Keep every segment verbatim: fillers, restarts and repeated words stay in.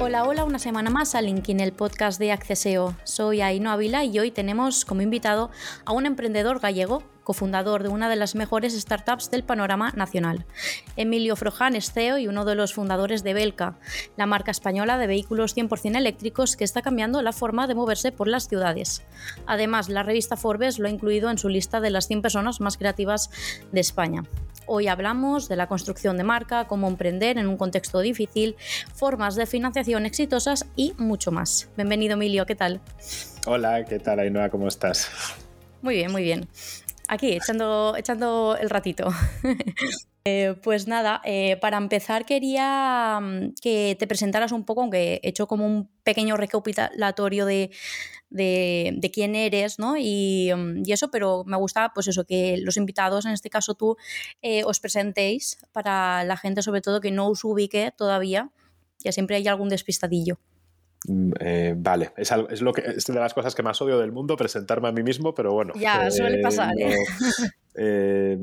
Hola, hola, una semana más a LinkedIn, el podcast de Acceseo. Soy Ainhoa Ávila y hoy tenemos como invitado a un emprendedor gallego, cofundador de una de las mejores startups del panorama nacional. Emilio Froján es C E O y uno de los fundadores de Belka, la marca española de vehículos cien por ciento eléctricos que está cambiando la forma de moverse por las ciudades. Además, la revista Forbes lo ha incluido en su lista de las cien personas más creativas de España. Hoy hablamos de la construcción de marca, cómo emprender en un contexto difícil, formas de financiación exitosas y mucho más. Bienvenido, Emilio, ¿qué tal? Hola, ¿qué tal, Ainhoa? ¿Cómo estás? Muy bien, muy bien. Aquí, echando, echando el ratito. eh, pues nada, eh, para empezar quería que te presentaras un poco, aunque he hecho como un pequeño recopilatorio de, de, de quién eres, ¿no? Y, y eso, pero me gusta pues eso, que los invitados, en este caso tú, eh, os presentéis para la gente sobre todo que no os ubique todavía, ya siempre hay algún despistadillo. Eh, vale, es, algo, es, lo que, es de las cosas que más odio del mundo, presentarme a mí mismo, pero bueno. Ya, eh, suele pasar, lo, ¿eh? eh,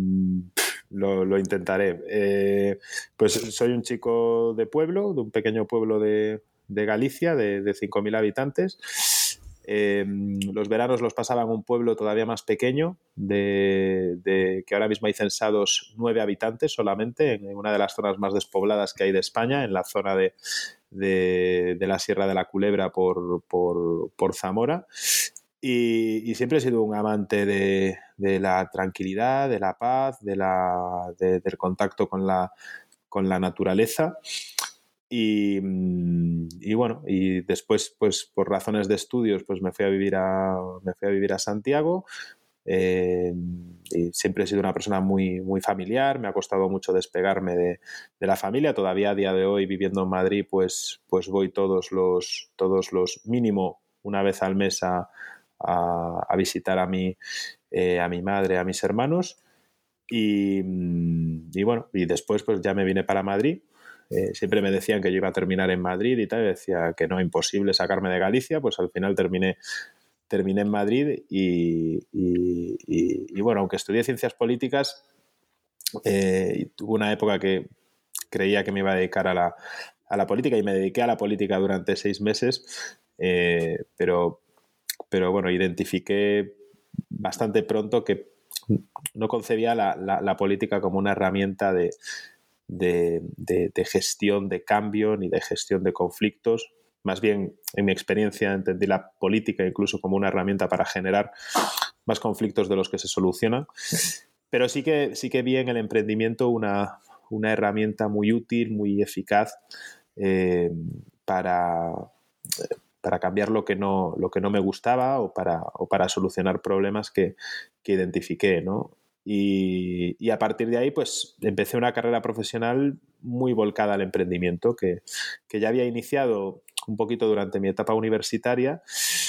lo, lo intentaré. Eh, pues soy un chico de pueblo, de un pequeño pueblo de, de Galicia, de, de cinco mil habitantes. Eh, los veranos los pasaba en un pueblo todavía más pequeño, de, de, que ahora mismo hay censados nueve habitantes solamente, en una de las zonas más despobladas que hay de España, en la zona de, de, de la Sierra de la Culebra por, por, por Zamora. Y, y siempre he sido un amante de, de la tranquilidad, de la paz, de la, de, del contacto con la, con la naturaleza. Y, y bueno, y después, pues por razones de estudios, pues me fui a vivir a, me fui a, vivir a Santiago. Eh, y siempre he sido una persona muy, muy familiar, me ha costado mucho despegarme de, de la familia. Todavía a día de hoy, viviendo en Madrid, pues, pues voy todos los, todos los mínimo una vez al mes a, a, a visitar a mi, eh, a mi madre, a mis hermanos. Y, y bueno, y después pues ya me vine para Madrid. Eh, siempre me decían que yo iba a terminar en Madrid y tal, y decía que no, imposible sacarme de Galicia, pues al final terminé, terminé en Madrid y, y, y, y bueno, aunque estudié ciencias políticas, eh, tuve una época que creía que me iba a dedicar a la, a la política y me dediqué a la política durante seis meses, eh, pero, pero bueno, identifiqué bastante pronto que no concebía la, la, la política como una herramienta de De, de, de gestión de cambio ni de gestión de conflictos. Más bien, en mi experiencia, entendí la política incluso como una herramienta para generar más conflictos de los que se solucionan. Pero sí que, sí que vi en el emprendimiento una, una herramienta muy útil, muy eficaz eh, para, para cambiar lo que no, lo que no me gustaba o para, o para solucionar problemas que, que identifiqué, ¿no? Y, y a partir de ahí, pues empecé una carrera profesional muy volcada al emprendimiento, que, que ya había iniciado un poquito durante mi etapa universitaria.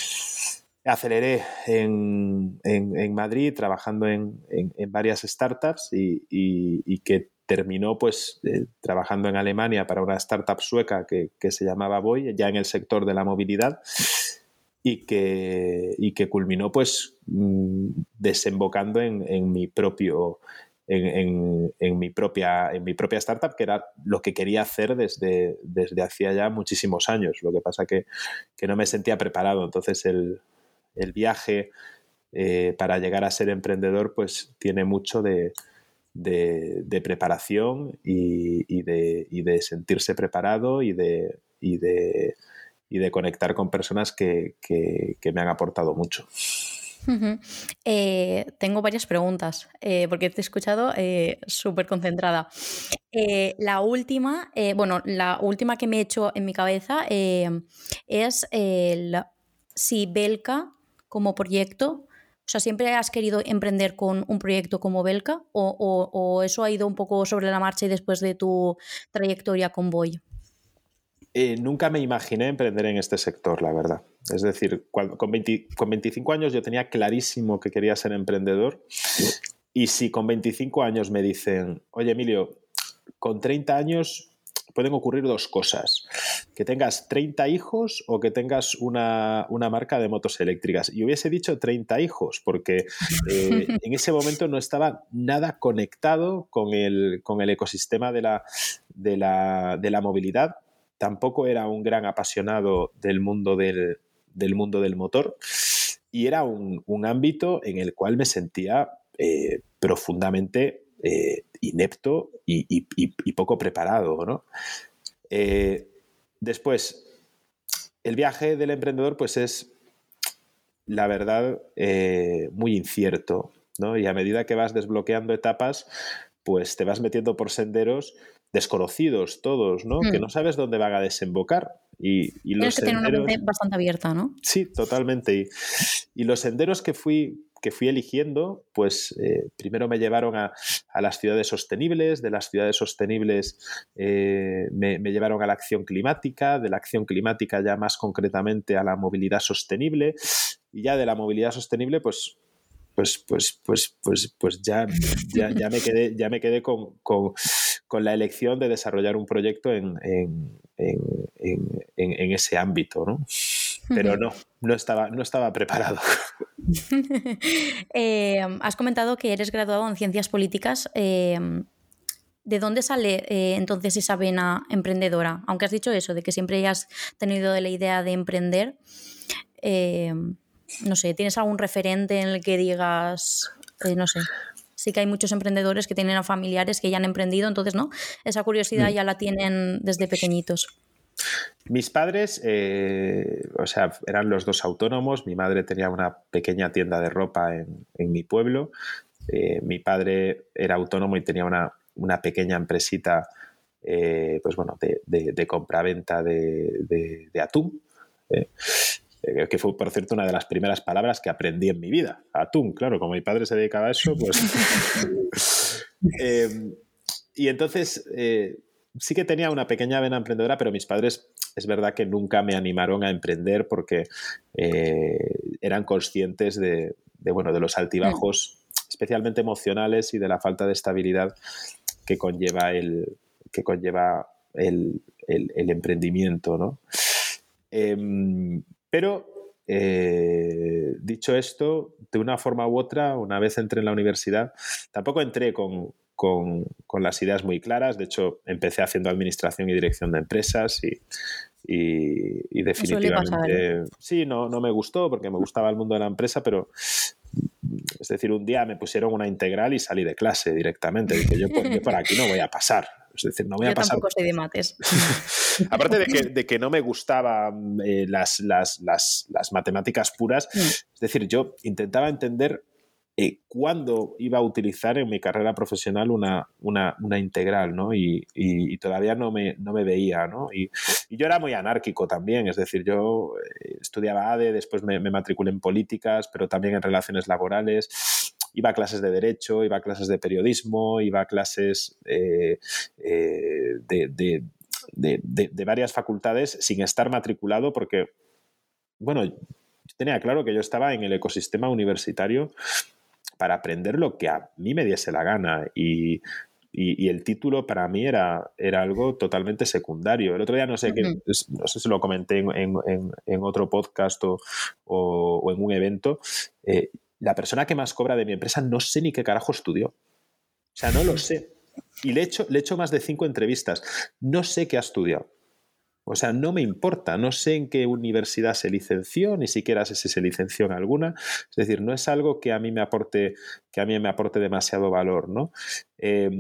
Aceleré en, en, en Madrid trabajando en, en, en varias startups y, y, y que terminó pues eh, trabajando en Alemania para una startup sueca que, que se llamaba Voi, ya en el sector de la movilidad. Y que, y que culminó pues desembocando en, en mi propio en, en, en, mi propia, en mi propia startup, que era lo que quería hacer desde, desde hacía ya muchísimos años. Lo que pasa que, que no me sentía preparado. Entonces el, el viaje eh, para llegar a ser emprendedor pues tiene mucho de, de, de preparación y, y, de, y de sentirse preparado y de, y de y de conectar con personas que, que, que me han aportado mucho. Uh-huh. Eh, tengo varias preguntas, eh, porque te he escuchado eh, súper concentrada. Eh, la última, eh, bueno, la última que me he hecho en mi cabeza eh, es el, si Belka como proyecto, o sea, ¿siempre has querido emprender con un proyecto como Belka o, o, o eso ha ido un poco sobre la marcha y después de tu trayectoria con Voi? Eh, nunca me imaginé emprender en este sector, la verdad. Es decir, cuando, con, veinte, con veinticinco años yo tenía clarísimo que quería ser emprendedor y si con veinticinco años me dicen, oye Emilio, con treinta años pueden ocurrir dos cosas, que tengas treinta hijos o que tengas una, una marca de motos eléctricas. Y hubiese dicho treinta hijos porque eh, en ese momento no estaba nada conectado con el, con el ecosistema de la, de la, de la movilidad. tampoco era un gran apasionado del mundo del, del, mundo del motor y era un, un ámbito en el cual me sentía eh, profundamente eh, inepto y, y, y, y poco preparado, ¿no? Eh, después, el viaje del emprendedor pues es, la verdad, eh, muy incierto, ¿no? Y a medida que vas desbloqueando etapas, pues te vas metiendo por senderos desconocidos todos, ¿no? Mm. Que no sabes dónde van a desembocar. Y, y Tienes los que senderos... tener una mente bastante abierta, ¿no? Sí, totalmente. Y, y los senderos que fui, que fui eligiendo, pues eh, primero me llevaron a, a las ciudades sostenibles, de las ciudades sostenibles eh, me, me llevaron a la acción climática, de la acción climática ya más concretamente a la movilidad sostenible, y ya de la movilidad sostenible, pues pues, pues, pues, pues, pues ya, ya, ya me quedé, ya me quedé con, con, con la elección de desarrollar un proyecto en, en, en, en, en ese ámbito, ¿no? Pero no, no estaba, no estaba preparado. eh, has comentado que eres graduado en Ciencias Políticas. Eh, ¿De dónde sale eh, entonces esa vena emprendedora? Aunque has dicho eso, de que siempre has tenido la idea de emprender, eh, no sé, ¿tienes algún referente en el que digas, eh, no sé, sí que hay muchos emprendedores que tienen a familiares que ya han emprendido, entonces, ¿no? Esa curiosidad mm. ya la tienen desde pequeñitos. Mis padres, eh, o sea, eran los dos autónomos. Mi madre tenía una pequeña tienda de ropa en, en mi pueblo. Eh, mi padre era autónomo y tenía una, una pequeña empresita, eh, pues bueno, de, de, de compraventa de, de, de atún. Eh. Que fue, por cierto, una de las primeras palabras que aprendí en mi vida. Atún, claro, como mi padre se dedicaba a eso, pues... eh, y entonces, eh, sí que tenía una pequeña vena emprendedora, pero mis padres, es verdad que nunca me animaron a emprender porque eh, eran conscientes de, de, bueno, de los altibajos, mm. especialmente emocionales, y de la falta de estabilidad que conlleva el, que conlleva el, el, el emprendimiento, ¿no? Eh, Pero, eh, dicho esto, de una forma u otra, una vez entré en la universidad, tampoco entré con, con, con las ideas muy claras. De hecho, empecé haciendo administración y dirección de empresas y, y, y definitivamente... Sí, no, no me gustó porque me gustaba el mundo de la empresa, pero... Es decir, un día me pusieron una integral y salí de clase directamente. Dije, yo por, yo por aquí no voy a pasar. Es decir, no voy yo a pasar. Tampoco soy de mates. Aparte de que, de que no me gustaban eh, las, las, las, las matemáticas puras, mm. es decir, yo intentaba entender eh, cuándo iba a utilizar en mi carrera profesional una, una, una integral, ¿no? Y, y, y todavía no me, no me veía, ¿no? Y, y yo era muy anárquico también, es decir, yo eh, estudiaba A D E, después me, me matriculé en políticas, pero también en relaciones laborales. Iba a clases de derecho, iba a clases de periodismo, iba a clases eh, eh, de, de, de, de, de varias facultades sin estar matriculado porque, bueno, yo tenía claro que yo estaba en el ecosistema universitario para aprender lo que a mí me diese la gana y, y, y el título para mí era, era algo totalmente secundario. El otro día no sé, uh-huh. que, no sé si lo comenté en, en, en otro podcast o, o, o en un evento, eh, la persona que más cobra de mi empresa no sé ni qué carajo estudió. O sea, no lo sé. Y le he hecho, le he hecho más de cinco entrevistas. No sé qué ha estudiado. O sea, no me importa. No sé en qué universidad se licenció, ni siquiera sé si se licenció en alguna. Es decir, no es algo que a mí me aporte, que a mí me aporte demasiado valor, ¿no? Eh,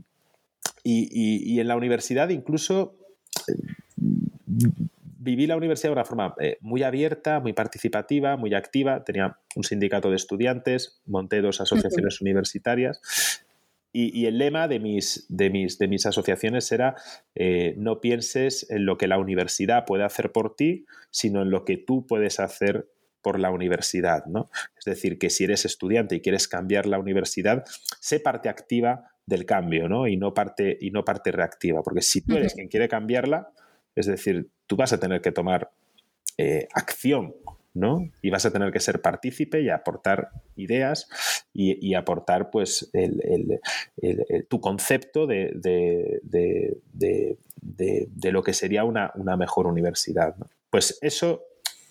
y, y, y en la universidad incluso... Eh, viví la universidad de una forma eh, muy abierta, muy participativa, muy activa. Tenía un sindicato de estudiantes, monté dos asociaciones uh-huh. universitarias y, y el lema de mis, de mis, de mis asociaciones era eh, no pienses en lo que la universidad puede hacer por ti, sino en lo que tú puedes hacer por la universidad, ¿no? Es decir, que si eres estudiante y quieres cambiar la universidad, sé parte activa del cambio, ¿no? Y no parte, y no parte reactiva, porque si tú eres uh-huh. quien quiere cambiarla, es decir, tú vas a tener que tomar eh, acción, ¿no? Y vas a tener que ser partícipe y aportar ideas y, y aportar, pues, el, el, el, el, tu concepto de, de, de, de, de, de lo que sería una, una mejor universidad, ¿no? Pues eso,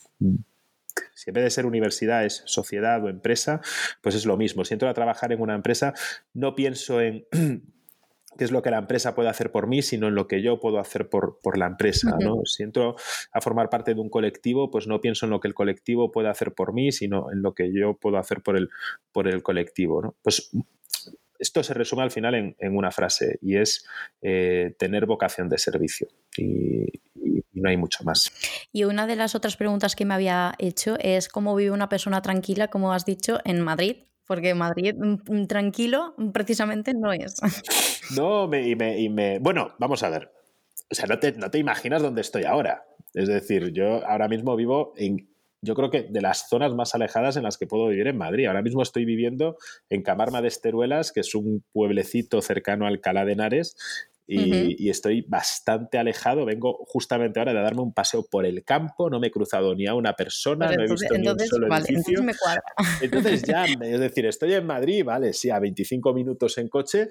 si en vez de ser universidad es sociedad o empresa, pues es lo mismo. Si entro a trabajar en una empresa, no pienso en... qué es lo que la empresa puede hacer por mí, sino en lo que yo puedo hacer por, por la empresa, ¿no? Uh-huh. Si entro a formar parte de un colectivo, pues no pienso en lo que el colectivo puede hacer por mí, sino en lo que yo puedo hacer por el, por el colectivo, ¿no? Pues esto se resume al final en, en una frase, y es eh, tener vocación de servicio. Y, y, y no hay mucho más. Y una de las otras preguntas que me había hecho es cómo vive una persona tranquila, como has dicho, en Madrid. Porque Madrid tranquilo precisamente no es. No, me, y me, y me... Bueno, vamos a ver. O sea, no te, no te imaginas dónde estoy ahora. Es decir, yo ahora mismo vivo en... Yo creo que de las zonas más alejadas en las que puedo vivir en Madrid. Ahora mismo estoy viviendo en Camarma de Esteruelas, que es un pueblecito cercano a Alcalá de Henares, y, uh-huh. y estoy bastante alejado. Vengo justamente ahora de darme un paseo por el campo, no me he cruzado ni a una persona, pues entonces, no he visto entonces, ni un solo vale, edificio. Entonces me cuadra. Entonces ya, es decir, estoy en Madrid, vale, sí, a veinticinco minutos en coche,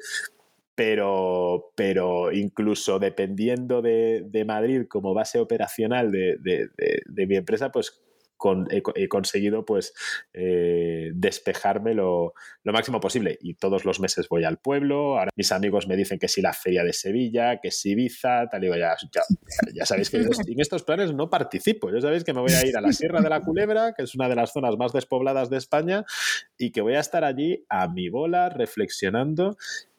pero, pero incluso dependiendo de, de Madrid como base operacional de, de, de, de mi empresa, pues Con, he, he conseguido pues eh, despejarme lo, lo máximo posible, y todos los meses voy al pueblo. Ahora mis amigos me dicen que si la feria de Sevilla, que si Ibiza, tal, digo, ya, ya, ya sabéis que yo en estos planes no participo. Ya sabéis que me voy a ir a la Sierra de la Culebra, que es una de las zonas más despobladas de España, y que voy a estar allí a mi bola reflexionando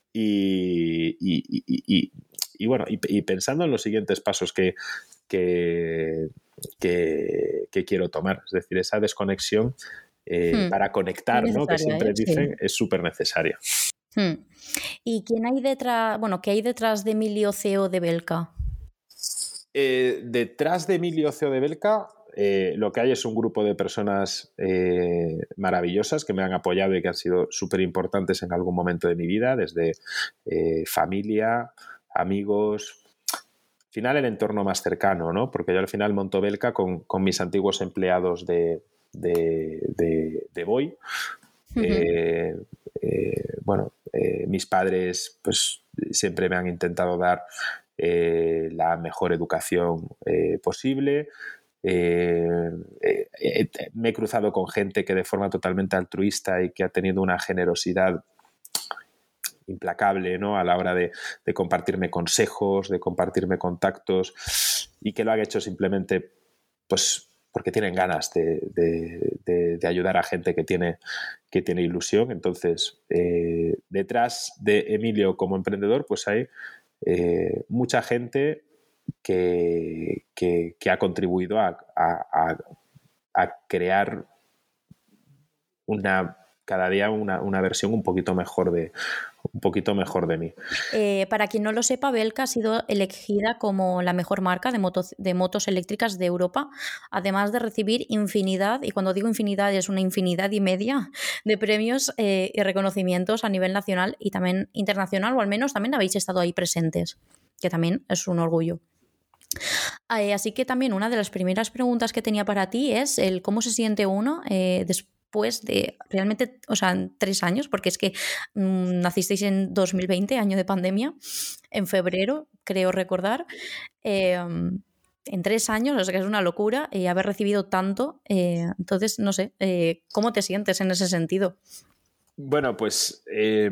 y, y, y, y, y, y bueno, y, y pensando en los siguientes pasos que Que, que, que quiero tomar. Es decir, esa desconexión eh, hmm. para conectar, ¿no? Que siempre ¿eh? dicen, sí. es súper necesaria. Hmm. ¿Y quién hay detrás, bueno, qué hay detrás de Emilio C E O de Belka? Eh, detrás de Emilio C E O de Belka eh, lo que hay es un grupo de personas eh, maravillosas que me han apoyado y que han sido súper importantes en algún momento de mi vida, desde eh, familia, amigos, al final el entorno más cercano, ¿no? Porque yo al final monto Belka con, con mis antiguos empleados de, de, de, de Boy. Uh-huh. eh, eh, bueno, eh, mis padres pues siempre me han intentado dar eh, la mejor educación eh, posible. Eh, eh, eh, me he cruzado con gente que de forma totalmente altruista y que ha tenido una generosidad implacable, ¿no? A la hora de, de compartirme consejos, de compartirme contactos, y que lo han hecho simplemente pues porque tienen ganas de, de, de, de ayudar a gente que tiene, que tiene ilusión. Entonces, eh, detrás de Emilio como emprendedor, pues hay eh, mucha gente que, que, que ha contribuido a, a, a crear una, cada día una, una versión un poquito mejor de un poquito mejor de mí. Eh, para quien no lo sepa, Belka ha sido elegida como la mejor marca de motos, de motos eléctricas de Europa, además de recibir infinidad, y cuando digo infinidad es una infinidad y media de premios eh, y reconocimientos a nivel nacional y también internacional, o al menos también habéis estado ahí presentes, que también es un orgullo. Eh, así que también una de las primeras preguntas que tenía para ti es el cómo se siente uno eh, después Después de realmente, o sea, en tres años, porque es que mmm, nacisteis en dos mil veinte, año de pandemia, en febrero, creo recordar, eh, en tres años, o sea que es una locura eh, haber recibido tanto. Eh, entonces, no sé, eh, ¿cómo te sientes en ese sentido? Bueno, pues eh,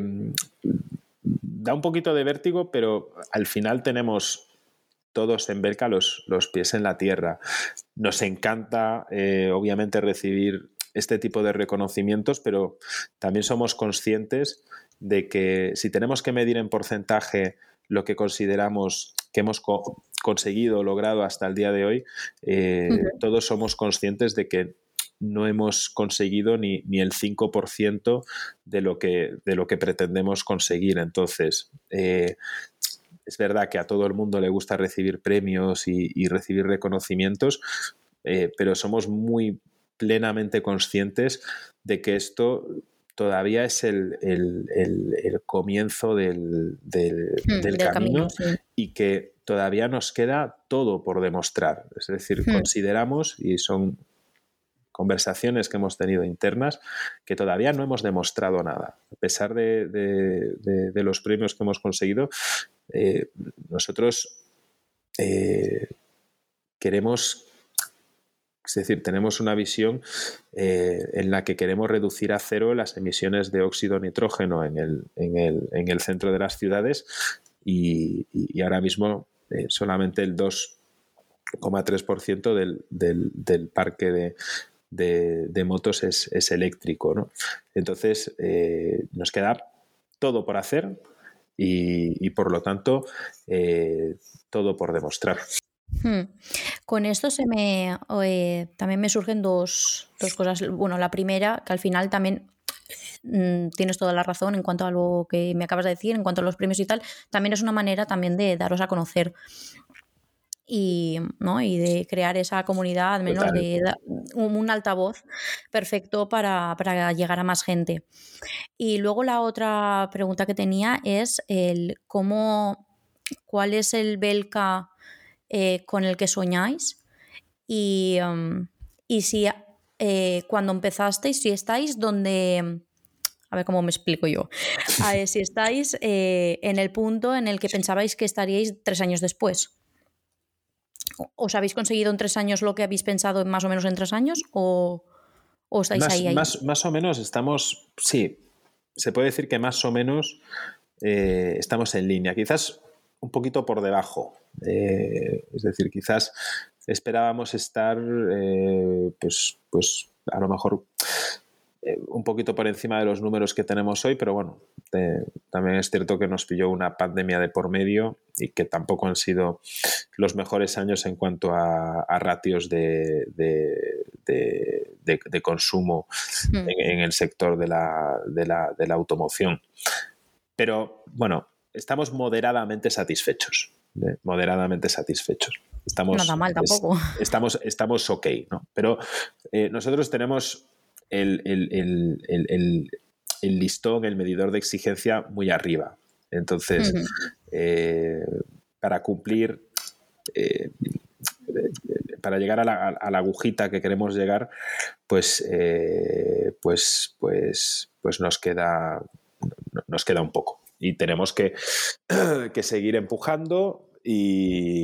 da un poquito de vértigo, pero al final tenemos todos en Belka los, los pies en la tierra. Nos encanta, eh, obviamente, recibir este tipo de reconocimientos, pero también somos conscientes de que si tenemos que medir en porcentaje lo que consideramos que hemos co- conseguido, logrado hasta el día de hoy, eh, uh-huh. todos somos conscientes de que no hemos conseguido ni, ni el cinco por ciento de lo que, de lo que pretendemos conseguir. Entonces, eh, es verdad que a todo el mundo le gusta recibir premios y, y recibir reconocimientos, eh, pero somos muy plenamente conscientes de que esto todavía es el, el, el, el comienzo del, del, hmm, del, del camino, camino sí. Y que todavía nos queda todo por demostrar. Es decir, hmm. consideramos, y son conversaciones que hemos tenido internas, que todavía no hemos demostrado nada. A pesar de, de, de, de los premios que hemos conseguido, eh, nosotros eh, queremos... Es decir, tenemos una visión eh, en la que queremos reducir a cero las emisiones de óxido nitrógeno en el, en el, en el centro de las ciudades y, y ahora mismo eh, solamente el dos coma tres por ciento del, del, del parque de, de, de motos es, es eléctrico, ¿no? Entonces, eh, nos queda todo por hacer y, y por lo tanto, eh, todo por demostrar. Hmm. Con esto se me eh, también me surgen dos, dos cosas. Bueno, la primera, que al final también mm, tienes toda la razón en cuanto a lo que me acabas de decir, en cuanto a los premios y tal, también es una manera también de daros a conocer y, ¿no? y de crear esa comunidad, al menos Total. de da- un, un altavoz perfecto para, para llegar a más gente. Y luego la otra pregunta que tenía es el cómo, cuál es el Belka eh, con el que soñáis y, um, y si eh, cuando empezasteis, si estáis donde, a ver cómo me explico yo, a ver, si estáis eh, en el punto en el que pensabais que estaríais tres años después. ¿Os habéis conseguido en tres años lo que habéis pensado más o menos en tres años o, o estáis Más, ahí, ahí? más, más o menos estamos, sí, se puede decir que más o menos eh, estamos en línea, quizás un poquito por debajo, eh, es decir, quizás esperábamos estar eh, pues, pues a lo mejor eh, un poquito por encima de los números que tenemos hoy, pero bueno, eh, también es cierto que nos pilló una pandemia de por medio y que tampoco han sido los mejores años en cuanto a, a ratios de, de, de, de, de consumo Hmm. en, en el sector de la, de, la, de la automoción. Pero bueno, estamos moderadamente satisfechos, ¿eh? moderadamente satisfechos. Estamos, Nada mal tampoco. Es, estamos, estamos ok, ¿no? Pero eh, nosotros tenemos el, el, el, el, el, el listón, el medidor de exigencia muy arriba. Entonces, eh, para cumplir, eh, para llegar a la, a la, agujita que queremos llegar, pues, eh, pues, pues, pues nos queda, nos queda un poco. Y tenemos que, que seguir empujando y,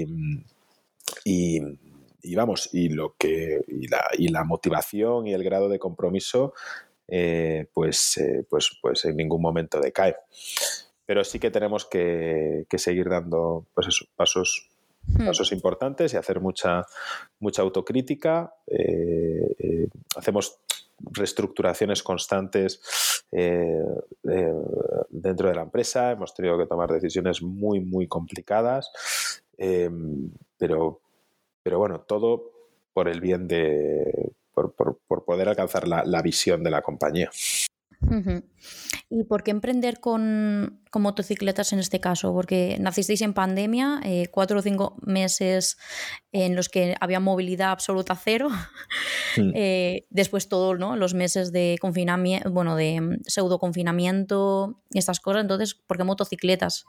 y, y vamos, y lo que y la, y la motivación y el grado de compromiso eh, pues, eh, pues, pues en ningún momento decae. Pero sí que tenemos que, que seguir dando pues eso, pasos, hmm. pasos importantes y hacer mucha, mucha autocrítica. Eh, eh, hacemos reestructuraciones constantes eh, eh, dentro de la empresa. Hemos tenido que tomar decisiones muy, muy complicadas. Eh, pero, pero bueno, todo por el bien de... por, por, por poder alcanzar la, la visión de la compañía. Uh-huh. ¿Y por qué emprender con, con motocicletas en este caso? Porque nacisteis en pandemia, eh, cuatro o cinco meses en los que había movilidad absoluta cero. Mm. Eh, después todos, ¿no? Los meses de confinamiento, bueno, de pseudo confinamiento y estas cosas. Entonces, ¿por qué motocicletas?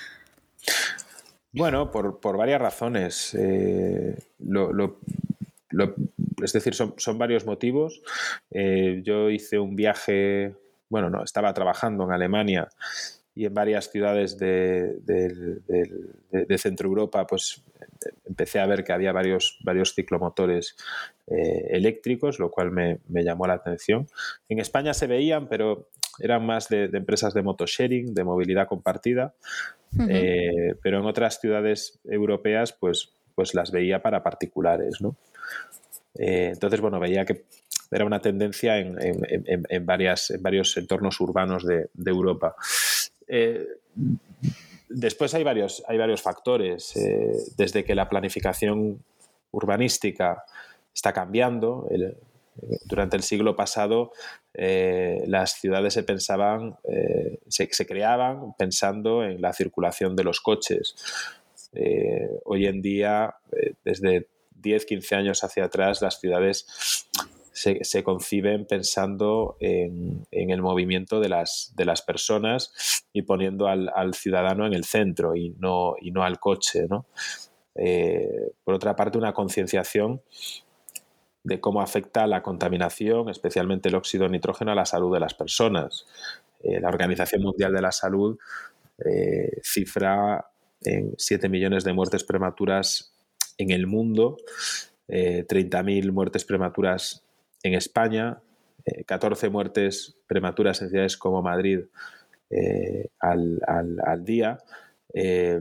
Bueno, por, por varias razones. Eh, lo, lo, lo, es decir, son, son varios motivos. Eh, yo hice un viaje, bueno, no, estaba trabajando en Alemania y en varias ciudades de, de, de, de, de Centro Europa, pues empecé a ver que había varios, varios ciclomotores eh, eléctricos, lo cual me, me llamó la atención. En España se veían, pero eran más de, de empresas de motosharing, de movilidad compartida. Uh-huh. Eh, pero en otras ciudades europeas pues, pues las veía para particulares, ¿no? Eh, entonces, bueno, veía que era una tendencia en, en, en, en, varias, en varios entornos urbanos de, de Europa. Eh, después hay varios, hay varios factores, eh, desde que la planificación urbanística está cambiando. El, Durante el siglo pasado, eh, las ciudades se pensaban, eh, se, se creaban pensando en la circulación de los coches. Eh, hoy en día, eh, desde diez, quince años hacia atrás, las ciudades se, se conciben pensando en, en el movimiento de las, de las personas y poniendo al, al ciudadano en el centro y no, y no al coche, ¿no? Eh, por otra parte, una concienciación de cómo afecta la contaminación, especialmente el óxido de nitrógeno, a la salud de las personas. Eh, la Organización Mundial de la Salud eh, cifra en siete millones de muertes prematuras en el mundo, eh, treinta mil muertes prematuras en España, eh, catorce muertes prematuras en ciudades como Madrid eh, al, al, al día. eh,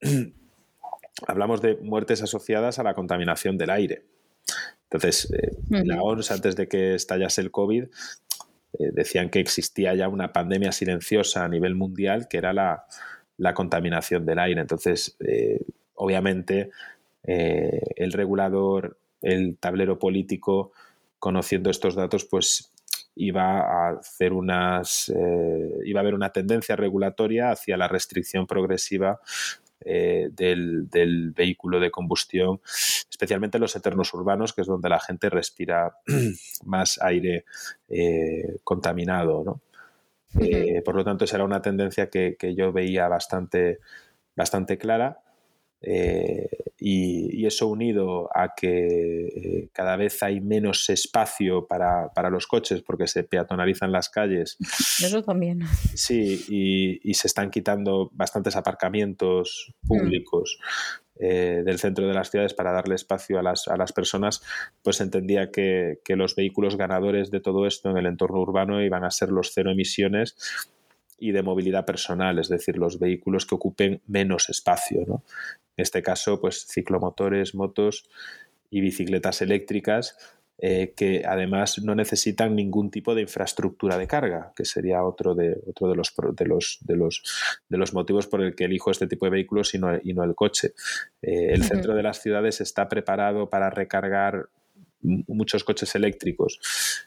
hablamos de muertes asociadas a la contaminación del aire. Entonces, eh, uh-huh. la O M S, antes de que estallase el COVID, eh, decían que existía ya una pandemia silenciosa a nivel mundial, que era la, la contaminación del aire. Entonces, eh, obviamente, eh, el regulador, el tablero político, conociendo estos datos, pues iba a hacer unas, eh, iba a haber una tendencia regulatoria hacia la restricción progresiva eh, del, del vehículo de combustión, especialmente en los entornos urbanos, que es donde la gente respira más aire eh, contaminado, ¿no? Uh-huh. Eh, por lo tanto, esa era una tendencia que, que yo veía bastante, bastante clara. Eh, y, y eso unido a que eh, cada vez hay menos espacio para, para los coches porque se peatonalizan las calles. Eso también. Sí, y, y se están quitando bastantes aparcamientos públicos mm. eh, del centro de las ciudades para darle espacio a las, a las personas, pues entendía que, que los vehículos ganadores de todo esto en el entorno urbano iban a ser los cero emisiones y de movilidad personal, es decir, los vehículos que ocupen menos espacio, ¿no? En este caso, pues ciclomotores, motos y bicicletas eléctricas eh, que además no necesitan ningún tipo de infraestructura de carga, que sería otro de otro de los de los de los de los motivos por el que elijo este tipo de vehículos y no, y no el coche. Eh, el uh-huh. centro de las ciudades está preparado para recargar muchos coches eléctricos.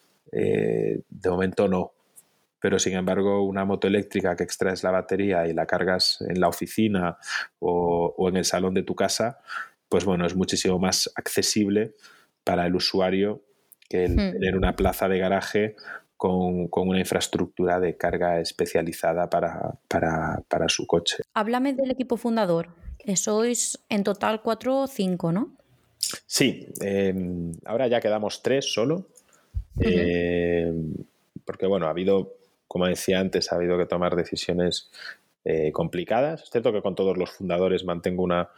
Eh, de momento no. Pero, sin embargo, una moto eléctrica que extraes la batería y la cargas en la oficina o, o en el salón de tu casa, pues bueno, es muchísimo más accesible para el usuario que el hmm. tener una plaza de garaje con, con una infraestructura de carga especializada para, para, para su coche. Háblame del equipo fundador. Sois en total cuatro o cinco, ¿no? Sí, eh, ahora ya quedamos tres solo, uh-huh. eh, porque bueno, ha habido... Como decía antes, ha habido que tomar decisiones eh, complicadas. Es cierto que con todos los fundadores mantengo una,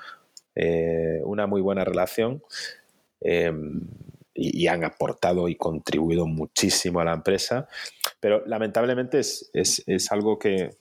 eh, una muy buena relación eh, y, y han aportado y contribuido muchísimo a la empresa, pero lamentablemente es, es, es algo que,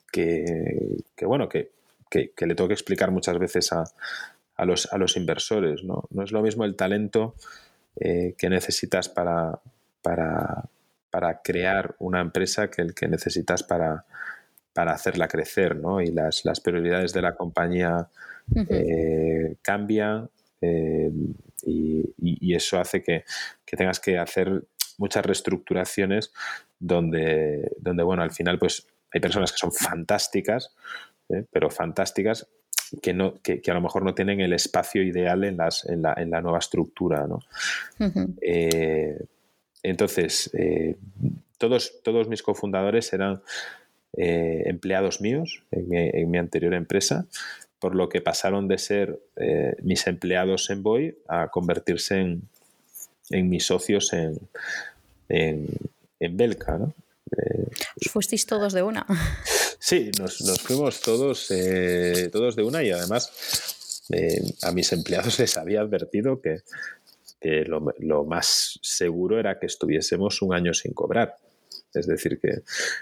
que, que, bueno, que, que, que le tengo que explicar muchas veces a, a, los, a los inversores, ¿no? No es lo mismo el talento eh, que necesitas para... para para crear una empresa que el que necesitas para, para hacerla crecer, ¿no? Y las, las prioridades de la compañía uh-huh. eh, cambian eh, y, y, y eso hace que, que tengas que hacer muchas reestructuraciones donde, donde, bueno, al final pues hay personas que son fantásticas, ¿eh? pero fantásticas que, no, que, que a lo mejor no tienen el espacio ideal en, las, en, la, en la nueva estructura, ¿no? Uh-huh. Eh, Entonces, eh, todos, todos mis cofundadores eran eh, empleados míos en mi, en mi anterior empresa, por lo que pasaron de ser eh, mis empleados en Voy a convertirse en, en mis socios en, en, en Belka, ¿no? Eh, ¿Os fuisteis todos de una? Sí, nos, nos fuimos todos, eh, todos de una y además eh, a mis empleados les había advertido que que lo, lo más seguro era que estuviésemos un año sin cobrar. Es decir, que...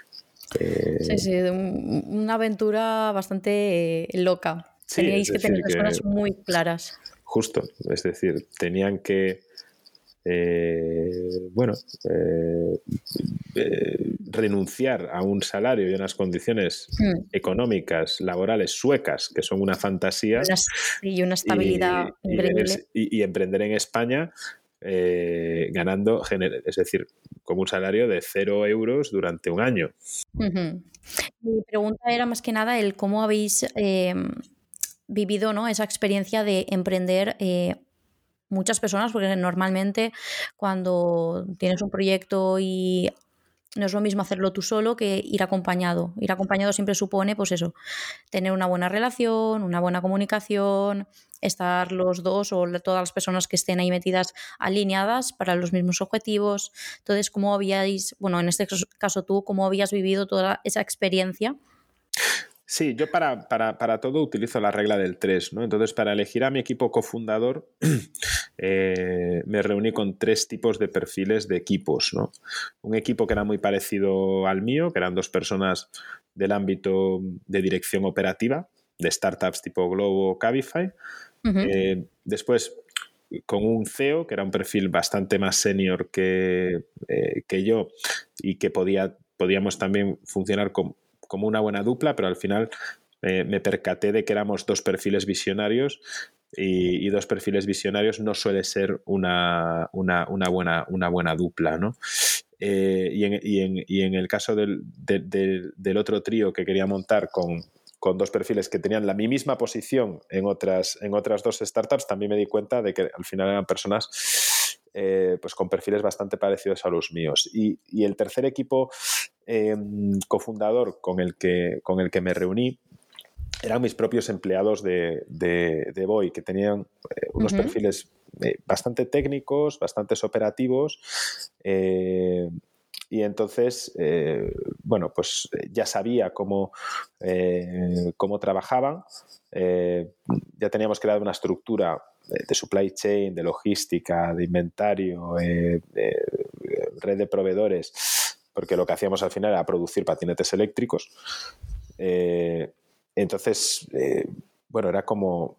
Eh... Sí, sí, un, una aventura bastante eh, loca. Sí, teníais que tener personas que, muy claras. Justo, es decir, tenían que... Eh, bueno, eh, eh, renunciar a un salario y unas condiciones mm. económicas, laborales suecas, que son una fantasía. Y una estabilidad y, increíble. Y, y emprender en España eh, ganando, es decir, con un salario de cero euros durante un año. Uh-huh. Mi pregunta era más que nada el cómo habéis eh, vivido, ¿no?, esa experiencia de emprender eh, muchas personas, porque normalmente cuando tienes un proyecto y no es lo mismo hacerlo tú solo que ir acompañado. Ir acompañado siempre supone, pues eso, tener una buena relación, una buena comunicación, estar los dos o todas las personas que estén ahí metidas alineadas para los mismos objetivos. Entonces, ¿cómo habíais, bueno, en este caso tú, cómo habías vivido toda esa experiencia? Sí, yo para, para, para todo utilizo la regla del tres, ¿no? Entonces, para elegir a mi equipo cofundador, eh, me reuní con tres tipos de perfiles de equipos, ¿no? Un equipo que era muy parecido al mío, que eran dos personas del ámbito de dirección operativa, de startups tipo Globo, Cabify. Uh-huh. Eh, después, con un C E O, que era un perfil bastante más senior que, eh, que yo y que podía, podíamos también funcionar com, como una buena dupla, pero al final eh, me percaté de que éramos dos perfiles visionarios y, y dos perfiles visionarios no suele ser una, una, una, buena, una buena dupla, ¿no? Eh, y, en, y, en, y en el caso del, de, de, del otro trío que quería montar con, con dos perfiles que tenían la misma posición en otras, en otras dos startups, también me di cuenta de que al final eran personas eh, pues con perfiles bastante parecidos a los míos. Y, y el tercer equipo eh, cofundador con el, que, con el que me reuní eran mis propios empleados de, de, de Voy, que tenían eh, unos uh-huh. perfiles eh, bastante técnicos, bastante operativos, eh, y entonces, eh, bueno, pues ya sabía cómo, eh, cómo trabajaban, eh, ya teníamos creado una estructura de, de supply chain, de logística, de inventario, eh, de red de proveedores, porque lo que hacíamos al final era producir patinetes eléctricos. Eh, entonces, eh, bueno, era como,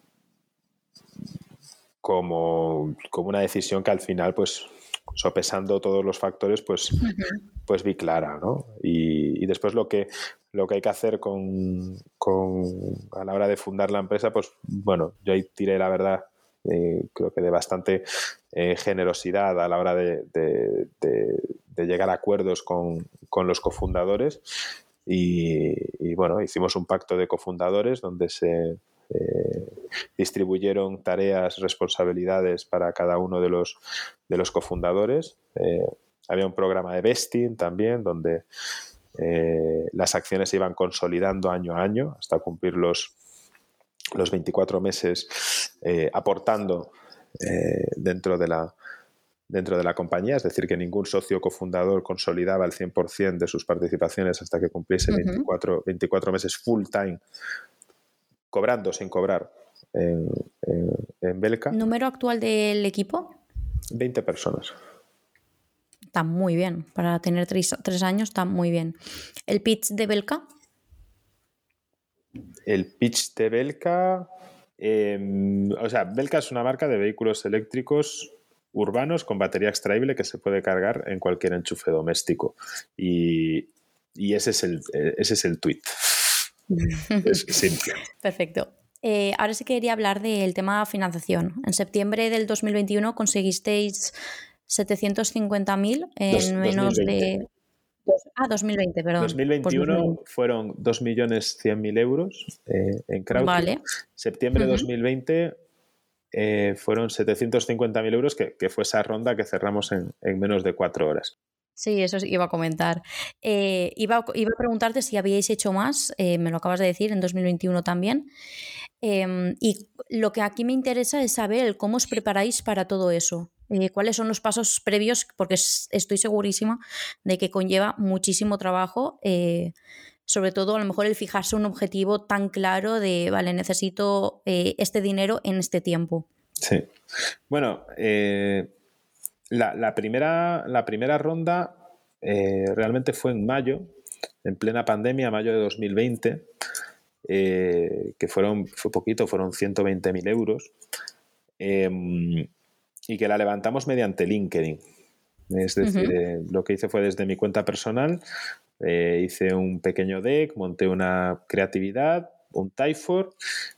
como, como una decisión que al final, pues, sopesando todos los factores, pues, uh-huh. pues vi clara, ¿no? Y, y después lo que, lo que hay que hacer con, con, a la hora de fundar la empresa, pues, bueno, yo ahí tiré, la verdad, eh, creo que de bastante eh, generosidad a la hora de, de, de, de llegar a acuerdos con, con los cofundadores. Y, y bueno, hicimos un pacto de cofundadores donde se eh, distribuyeron tareas, responsabilidades para cada uno de los, de los cofundadores. Eh, había un programa de vesting también donde eh, las acciones se iban consolidando año a año hasta cumplir los, los veinticuatro meses eh, aportando eh, dentro de la dentro de la compañía, es decir, que ningún socio cofundador consolidaba el cien por ciento de sus participaciones hasta que cumpliese uh-huh. veinticuatro, veinticuatro meses full time, cobrando sin cobrar en, en, en Belka. ¿Número actual del equipo? veinte personas. Está muy bien, para tener tres, tres años está muy bien. ¿El pitch de Belka? El pitch de Belka, eh, o sea, Belka es una marca de vehículos eléctricos urbanos con batería extraíble que se puede cargar en cualquier enchufe doméstico. Y, y ese es el, ese es el tweet. Es simple. Perfecto. Eh, ahora sí quería hablar del tema financiación. En septiembre del dos mil veintiuno conseguisteis setecientos cincuenta mil en Dos, menos de... Ah, dos mil veinte, perdón. dos mil veintiuno pues dos mil veinte. Fueron dos millones cien mil euros eh, en crowdfunding. Vale. Septiembre de uh-huh. dos mil veinte eh, fueron setecientos cincuenta mil euros, que, que fue esa ronda que cerramos en, en menos de cuatro horas. Sí, eso iba a comentar. Eh, iba, iba a preguntarte si habíais hecho más, eh, me lo acabas de decir, en dos mil veintiuno también. Eh, y lo que aquí me interesa es saber el cómo os preparáis para todo eso. Eh, ¿Cuáles son los pasos previos? Porque estoy segurísima de que conlleva muchísimo trabajo, eh, sobre todo a lo mejor el fijarse un objetivo tan claro de, vale, necesito eh, este dinero en este tiempo. Sí. Bueno, eh, la, la, primera, la primera ronda eh, realmente fue en mayo, en plena pandemia, mayo de dos mil veinte, eh, que fueron, fue poquito, fueron ciento veinte mil euros. Eh, y que la levantamos mediante LinkedIn. Es decir, uh-huh. eh, lo que hice fue desde mi cuenta personal, eh, hice un pequeño deck, monté una creatividad, un Typeform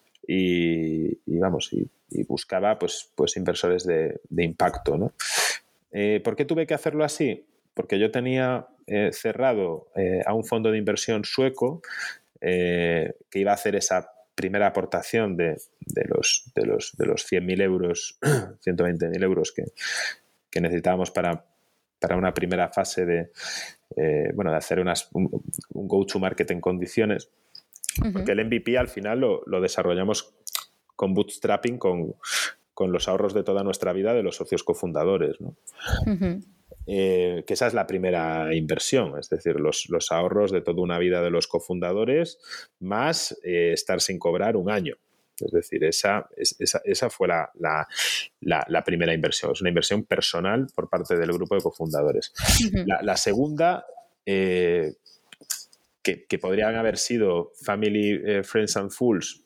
y, y vamos, y, y buscaba pues, pues inversores de, de impacto, ¿no? Eh, ¿Por qué tuve que hacerlo así? Porque yo tenía eh, cerrado eh, a un fondo de inversión sueco eh, que iba a hacer esa primera aportación de, de los de los de los cien mil euros, ciento veinte mil euros que, que necesitábamos para, para una primera fase de eh, bueno, de hacer unas, un, un go-to-market en condiciones. Uh-huh. Porque el M V P al final lo, lo desarrollamos con bootstrapping, con, con los ahorros de toda nuestra vida de los socios cofundadores, ¿no? Uh-huh. Eh, que esa es la primera inversión, es decir, los, los ahorros de toda una vida de los cofundadores más eh, estar sin cobrar un año. Es decir, esa, esa, esa fue la, la, la, la primera inversión. Es una inversión personal por parte del grupo de cofundadores. Uh-huh. La, la segunda, eh, que, que podrían haber sido Family, eh, Friends and Fools.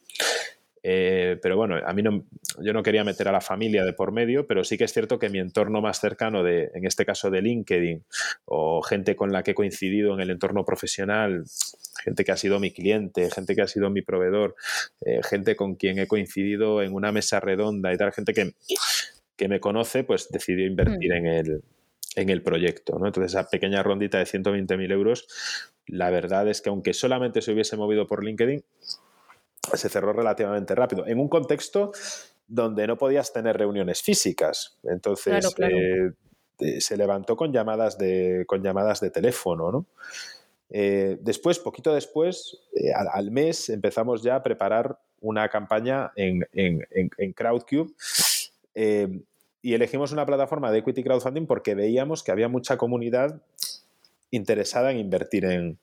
Eh, pero bueno, a mí no, yo no quería meter a la familia de por medio, pero sí que es cierto que mi entorno más cercano, de, en este caso de LinkedIn, o gente con la que he coincidido en el entorno profesional, gente que ha sido mi cliente, gente que ha sido mi proveedor, eh, gente con quien he coincidido en una mesa redonda y tal, gente que, que me conoce, pues decidió invertir mm. en el, en el proyecto, ¿no? Entonces, esa pequeña rondita de ciento veinte mil euros, la verdad es que aunque solamente se hubiese movido por LinkedIn, se cerró relativamente rápido, en un contexto donde no podías tener reuniones físicas. Entonces, claro, claro. Eh, se levantó con llamadas de, con llamadas de teléfono, ¿no? Eh, después, poquito después, eh, al, al mes, empezamos ya a preparar una campaña en, en, en, en Crowdcube, eh, y elegimos una plataforma de equity crowdfunding porque veíamos que había mucha comunidad interesada en invertir en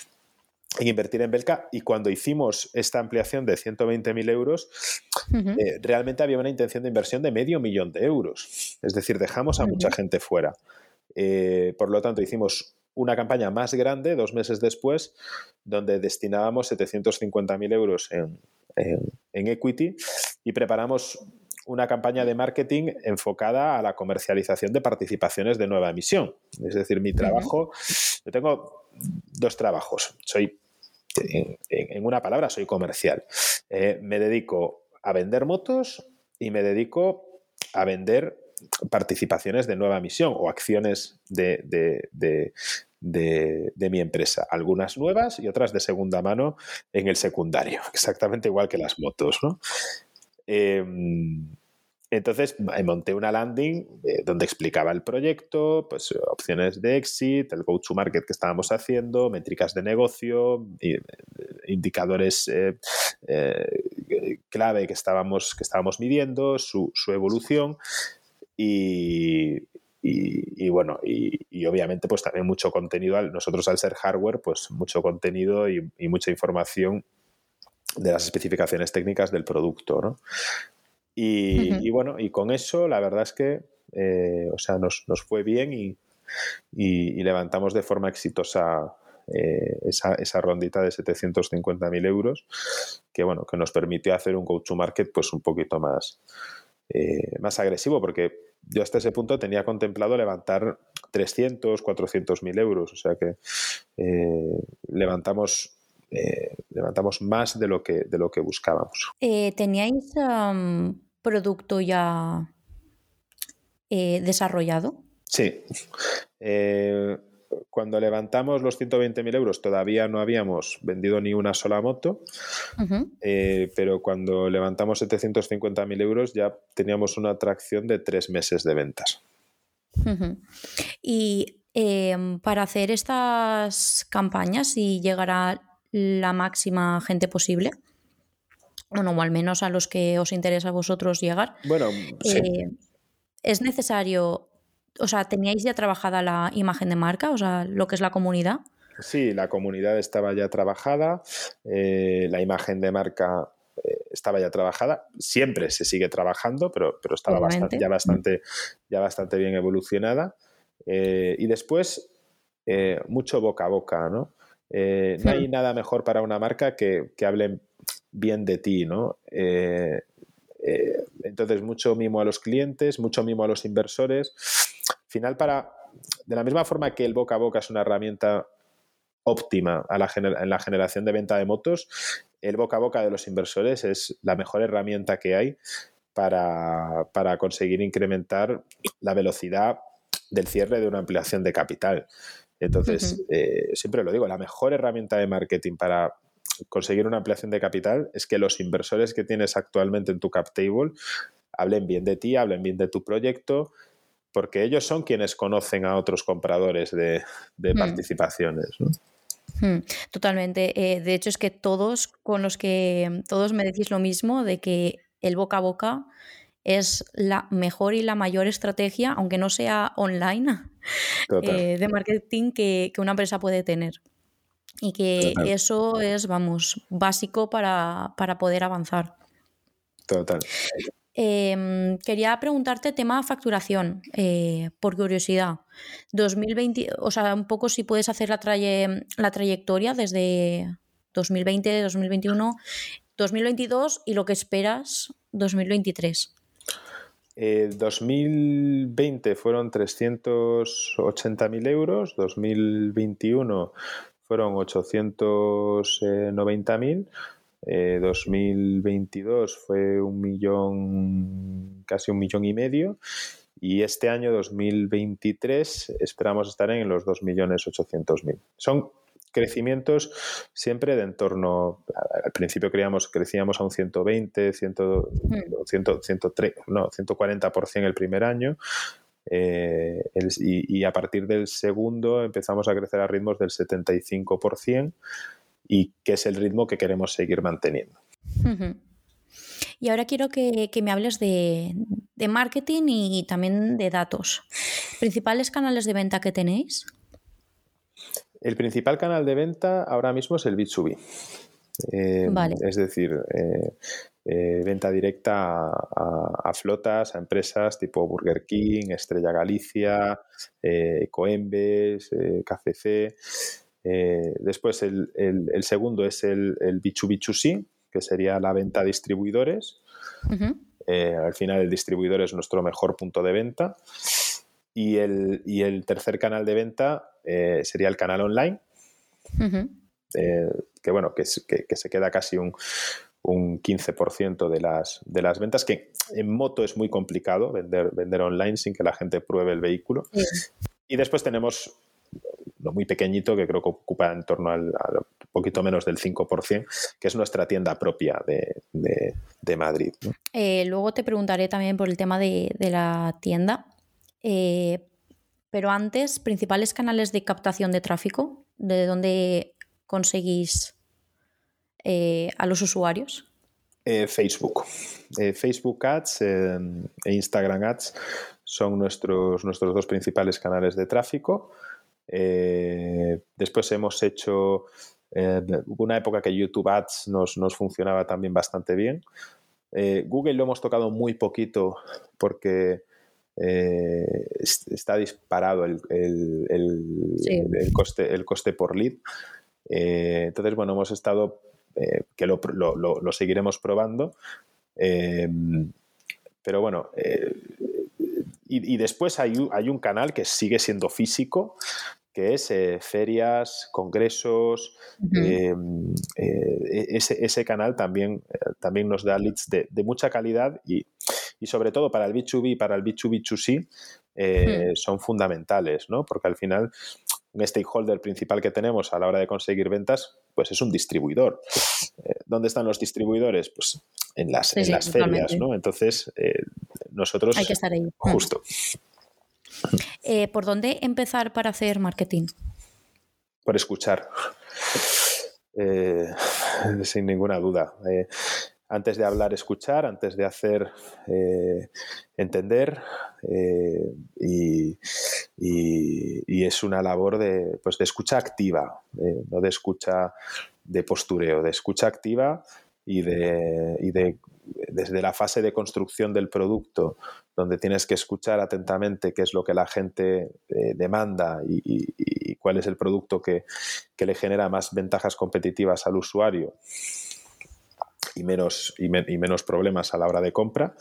en invertir en Belka, y cuando hicimos esta ampliación de ciento veinte mil euros, uh-huh. eh, realmente había una intención de inversión de medio millón de euros. Es decir, dejamos a uh-huh. mucha gente fuera. Eh, por lo tanto, hicimos una campaña más grande dos meses después, donde destinábamos setecientos cincuenta mil euros en, en, en equity, y preparamos una campaña de marketing enfocada a la comercialización de participaciones de nueva emisión. Es decir, mi trabajo, uh-huh. yo tengo dos trabajos. Soy, en, en una palabra, soy comercial. Eh, me dedico a vender motos y me dedico a vender participaciones de nueva emisión o acciones de, de, de, de, de mi empresa. Algunas nuevas y otras de segunda mano en el secundario. Exactamente igual que las motos, ¿no? Eh, Entonces monté una landing eh, donde explicaba el proyecto, pues opciones de exit, el go-to-market que estábamos haciendo, métricas de negocio, eh, indicadores eh, eh, clave que estábamos, que estábamos midiendo, su, su evolución y, y, y bueno, y, y obviamente pues también mucho contenido. Nosotros, al ser hardware, pues mucho contenido y, y mucha información de las especificaciones técnicas del producto, ¿no? Y, uh-huh. y bueno, y con eso la verdad es que eh, o sea, nos, nos fue bien y, y, y levantamos de forma exitosa eh, esa, esa rondita de setecientos cincuenta mil euros, que bueno, que nos permitió hacer un go-to-market pues un poquito más, eh, más agresivo, porque yo hasta ese punto tenía contemplado levantar trescientos, cuatrocientos mil euros, o sea que eh, levantamos Eh, levantamos más de lo que, de lo que buscábamos. Eh, ¿Teníais um, producto ya eh, desarrollado? Sí. Eh, cuando levantamos los ciento veinte mil euros todavía no habíamos vendido ni una sola moto, uh-huh. eh, pero cuando levantamos setecientos cincuenta mil euros ya teníamos una atracción de tres meses de ventas. Uh-huh. Y eh, para hacer estas campañas y llegar a la máxima gente posible, bueno, o al menos a los que os interesa a vosotros llegar. Bueno, sí. Eh, ¿es necesario, o sea, teníais ya trabajada la imagen de marca, o sea, lo que es la comunidad? Sí, la comunidad estaba ya trabajada, eh, la imagen de marca eh, estaba ya trabajada, siempre se sigue trabajando, pero, pero estaba bastante, ya, bastante, ya bastante bien evolucionada. Eh, y después, eh, mucho boca a boca, ¿no? Eh, no hay nada mejor para una marca que, que hablen bien de ti, ¿no? Eh, eh, entonces, mucho mimo a los clientes, mucho mimo a los inversores. Al final, para, de la misma forma que el boca a boca es una herramienta óptima a la gener- en la generación de venta de motos, el boca a boca de los inversores es la mejor herramienta que hay para, para conseguir incrementar la velocidad del cierre de una ampliación de capital. Entonces, uh-huh. eh, siempre lo digo, la mejor herramienta de marketing para conseguir una ampliación de capital es que los inversores que tienes actualmente en tu cap table hablen bien de ti, hablen bien de tu proyecto, porque ellos son quienes conocen a otros compradores de, de hmm. participaciones, ¿no? Hmm, totalmente. Eh, de hecho, es que todos con los que todos me decís lo mismo, de que el boca a boca es la mejor y la mayor estrategia, aunque no sea online, eh, de marketing que, que una empresa puede tener. Y que Total. Eso es, vamos, básico para, para poder avanzar. Total. Eh, quería preguntarte tema facturación, eh, por curiosidad. dos mil veinte, o sea, un poco si puedes hacer la, traye, la trayectoria desde dos mil veinte, dos mil veintiuno, dos mil veintidós y lo que esperas dos mil veintitrés. Eh, dos mil veinte fueron trescientos ochenta mil euros, dos mil veintiuno fueron ochocientos noventa mil. Eh, dos mil veintidós fue un millón, casi un millón y medio, y este año dos mil veintitrés esperamos estar en los dos millones ochocientos mil. Son crecimientos siempre de entorno, al principio creíamos, crecíamos a un ciento veinte, cien, cien, ciento tres, no, ciento cuarenta por ciento el primer año. Eh, el, y, y a partir del segundo empezamos a crecer a ritmos del setenta y cinco por ciento, y que es el ritmo que queremos seguir manteniendo. Uh-huh. Y ahora quiero que, que me hables de, de marketing y también de datos. ¿Principales canales de venta que tenéis? El principal canal de venta ahora mismo es el B dos B. Eh, vale. Es decir, eh, eh, venta directa a, a, a flotas, a empresas tipo Burger King, Estrella Galicia, eh, Ecoembes, eh, K F C. Eh, después el, el, el segundo es el, el B dos B dos C, que sería la venta a distribuidores. Uh-huh. Eh, al final el distribuidor es nuestro mejor punto de venta. Y el, y el tercer canal de venta eh, sería el canal online, uh-huh. eh, que bueno, que, que, que se queda casi un, un quince por ciento de las, de las ventas, que en moto es muy complicado vender, vender online sin que la gente pruebe el vehículo. Sí. Y después tenemos lo muy pequeñito, que creo que ocupa en torno al, al poquito menos del cinco por ciento, que es nuestra tienda propia de, de, de Madrid, ¿no? Eh, luego te preguntaré también por el tema de, de la tienda. Eh, pero antes, principales canales de captación de tráfico, ¿de dónde conseguís eh, a los usuarios? Eh, Facebook. Eh, Facebook Ads eh, e Instagram Ads son nuestros, nuestros dos principales canales de tráfico. Eh, después hemos hecho eh, una época que YouTube Ads nos, nos funcionaba también bastante bien. Eh, Google lo hemos tocado muy poquito porque eh, está disparado el, el, el, sí. el, el, coste, el coste por lead. Eh, entonces, bueno, hemos estado, eh, que lo, lo, lo, lo seguiremos probando, eh, pero bueno, eh, y, y después hay, hay un canal que sigue siendo físico, que es eh, ferias, congresos. Uh-huh. eh, eh, ese, ese canal también, eh, también nos da leads de, de mucha calidad y, y sobre todo para el B dos B y para el B dos B dos C eh, uh-huh. son fundamentales, ¿no? Porque al final un stakeholder principal que tenemos a la hora de conseguir ventas pues es un distribuidor. Eh, ¿Dónde están los distribuidores? Pues en las, sí, en sí, las ferias, ¿no? Entonces eh, nosotros... Hay que estar ahí. Justo. Eh, ¿Por dónde empezar para hacer marketing? Por escuchar. Eh, sin ninguna duda. Eh, antes de hablar, escuchar. Antes de hacer, eh, entender. Eh, y, y, y es una labor de, pues de escucha activa, eh, no de escucha de postureo, de escucha activa y de... Y de desde la fase de construcción del producto, donde tienes que escuchar atentamente qué es lo que la gente eh, demanda y, y, y cuál es el producto que, que le genera más ventajas competitivas al usuario y menos, y, me, y menos problemas a la hora de compra,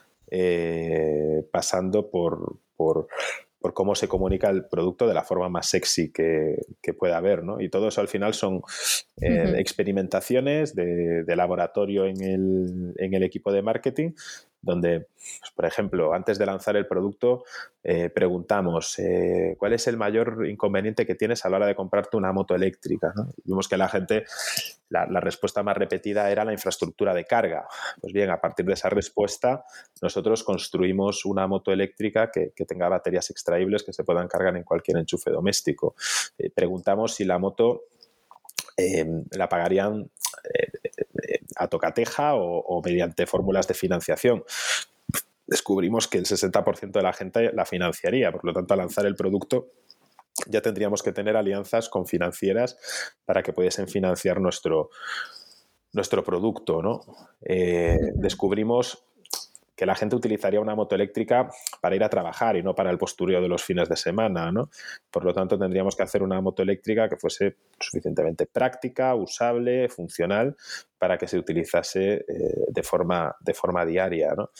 eh, pasando por, por, por cómo se comunica el producto de la forma más sexy que, que pueda haber, ¿no? Y todo eso al final son eh, uh-huh. experimentaciones de, de laboratorio en el, en el equipo de marketing, donde, pues, por ejemplo, antes de lanzar el producto, eh, preguntamos eh, ¿cuál es el mayor inconveniente que tienes a la hora de comprarte una moto eléctrica, ¿no? Y vimos que la gente, la, la respuesta más repetida era la infraestructura de carga. Pues bien, a partir de esa respuesta, nosotros construimos una moto eléctrica que, que tenga baterías extraíbles que se puedan cargar en cualquier enchufe doméstico. Eh, preguntamos si la moto eh, la pagarían eh, eh, a tocateja o, o mediante fórmulas de financiación. Descubrimos que el sesenta por ciento de la gente la financiaría, por lo tanto, al lanzar el producto ya tendríamos que tener alianzas con financieras para que pudiesen financiar nuestro, nuestro producto, ¿no? Eh, descubrimos que la gente utilizaría una moto eléctrica para ir a trabajar y no para el postureo de los fines de semana, ¿no? Por lo tanto, tendríamos que hacer una moto eléctrica que fuese suficientemente práctica, usable, funcional, para que se utilizase eh, de forma, de forma diaria, ¿no?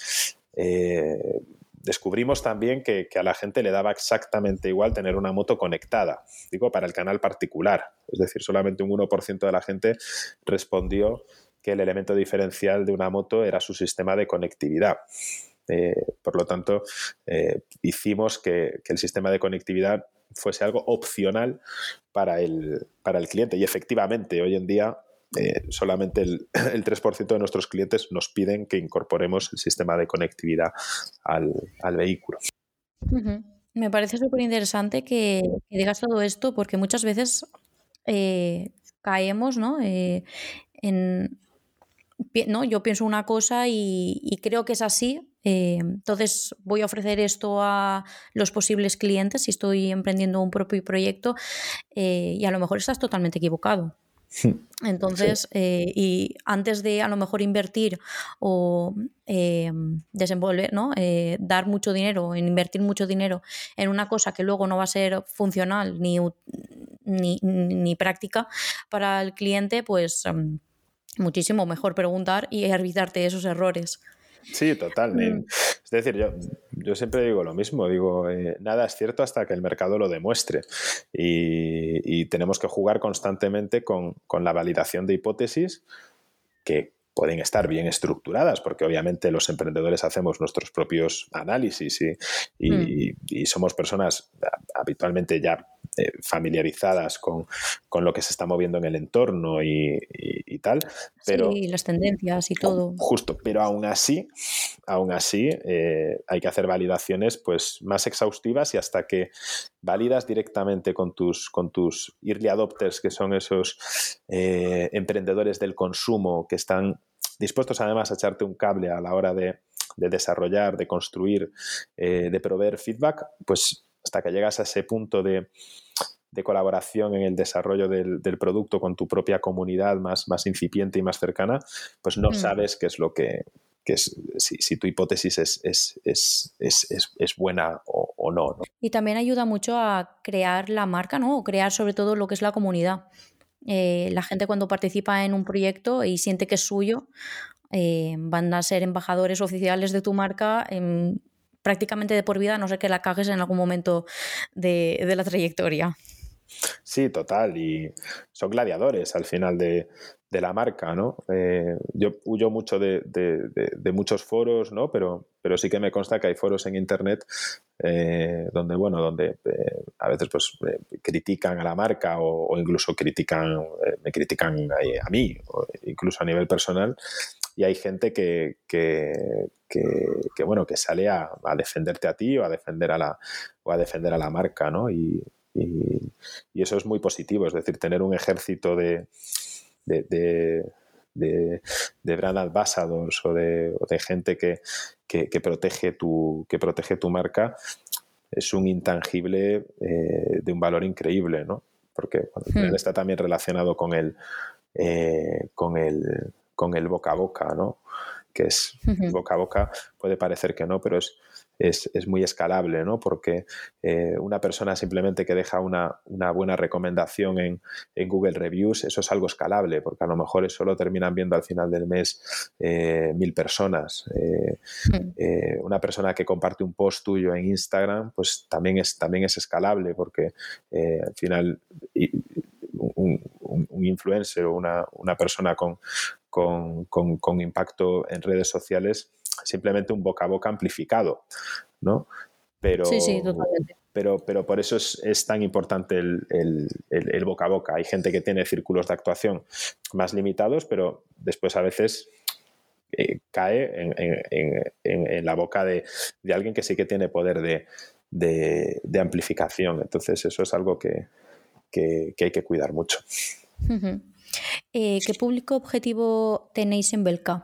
Eh, descubrimos también que, que a la gente le daba exactamente igual tener una moto conectada, digo, para el canal particular. Es decir, solamente un uno por ciento de la gente respondió que el elemento diferencial de una moto era su sistema de conectividad. Eh, por lo tanto, eh, hicimos que, que el sistema de conectividad fuese algo opcional para el, para el cliente. Y efectivamente, hoy en día, Eh, solamente el, el tres por ciento de nuestros clientes nos piden que incorporemos el sistema de conectividad al, al vehículo. Uh-huh. Me parece súper interesante que, que digas todo esto, porque muchas veces eh, caemos, ¿no? Eh, en, ¿no? Yo pienso una cosa y, y creo que es así. Eh, entonces voy a ofrecer esto a los posibles clientes si estoy emprendiendo un propio proyecto eh, y a lo mejor estás totalmente equivocado. Entonces, sí. eh, y antes de a lo mejor invertir o eh, desenvolver, ¿no? Eh, dar mucho dinero, en invertir mucho dinero en una cosa que luego no va a ser funcional ni, ni, ni práctica para el cliente, pues um, muchísimo mejor preguntar y evitarte esos errores. Sí, total. Mm. Es decir, yo, yo siempre digo lo mismo, digo, eh, nada es cierto hasta que el mercado lo demuestre y, y tenemos que jugar constantemente con, con la validación de hipótesis que pueden estar bien estructuradas, porque obviamente los emprendedores hacemos nuestros propios análisis y, y, mm. y somos personas habitualmente ya eh, familiarizadas con, con lo que se está moviendo en el entorno y, y, y tal. Pero, sí, las tendencias y todo. Justo, pero aún así, aún así eh, hay que hacer validaciones pues, más exhaustivas y hasta que validas directamente con tus, con tus early adopters, que son esos eh, emprendedores del consumo que están dispuestos además a echarte un cable a la hora de, de desarrollar, de construir, eh, de proveer feedback, pues hasta que llegas a ese punto de, de colaboración en el desarrollo del, del producto con tu propia comunidad más, más incipiente y más cercana, pues no mm. sabes qué es lo que, que es, si, si tu hipótesis es, es, es, es, es, es buena o, o no, no. Y también ayuda mucho a crear la marca, ¿no? O crear sobre todo lo que es la comunidad. Eh, la gente cuando participa en un proyecto y siente que es suyo, eh, van a ser embajadores oficiales de tu marca eh, prácticamente de por vida, a no ser que la cagues en algún momento de, de la trayectoria. Sí, total, y son gladiadores al final de, de la marca, ¿no? Eh, yo huyo mucho de, de, de, de muchos foros, ¿no? Pero, pero sí que me consta que hay foros en internet eh, donde, bueno, donde eh, a veces pues eh, critican a la marca o, o incluso critican, eh, me critican a, a mí, o incluso a nivel personal, y hay gente que, que, que, que bueno, que sale a, a defenderte a ti o a defender a la, o a defender a la marca, ¿no? Y Y, y eso es muy positivo, es decir, tener un ejército de, de, de, de, de brand ambassadors o de, o de gente que, que, que, protege tu, que protege tu marca es un intangible eh, de un valor increíble, ¿no? Porque bueno, al final hmm. está también relacionado con el, eh, con el, con el boca a boca, ¿no? Que es uh-huh. boca a boca, puede parecer que no, pero es Es, es muy escalable, ¿no? Porque eh, una persona simplemente que deja una, una buena recomendación en, en Google Reviews, eso es algo escalable, porque a lo mejor eso lo terminan viendo al final del mes eh, mil personas. Eh, mm. eh, una persona que comparte un post tuyo en Instagram, pues también es, también es escalable, porque eh, al final y, un, un, un influencer o una, una persona con, con, con, con impacto en redes sociales simplemente un boca a boca amplificado, ¿no? Pero, sí, sí, totalmente. Pero, pero por eso es, es tan importante el, el, el, el boca a boca. Hay gente que tiene círculos de actuación más limitados, pero después a veces eh, cae en, en, en, en la boca de, de alguien que sí que tiene poder de, de, de amplificación. Entonces eso es algo que, que, que hay que cuidar mucho. Uh-huh. Eh, ¿Qué público objetivo tenéis en Belka?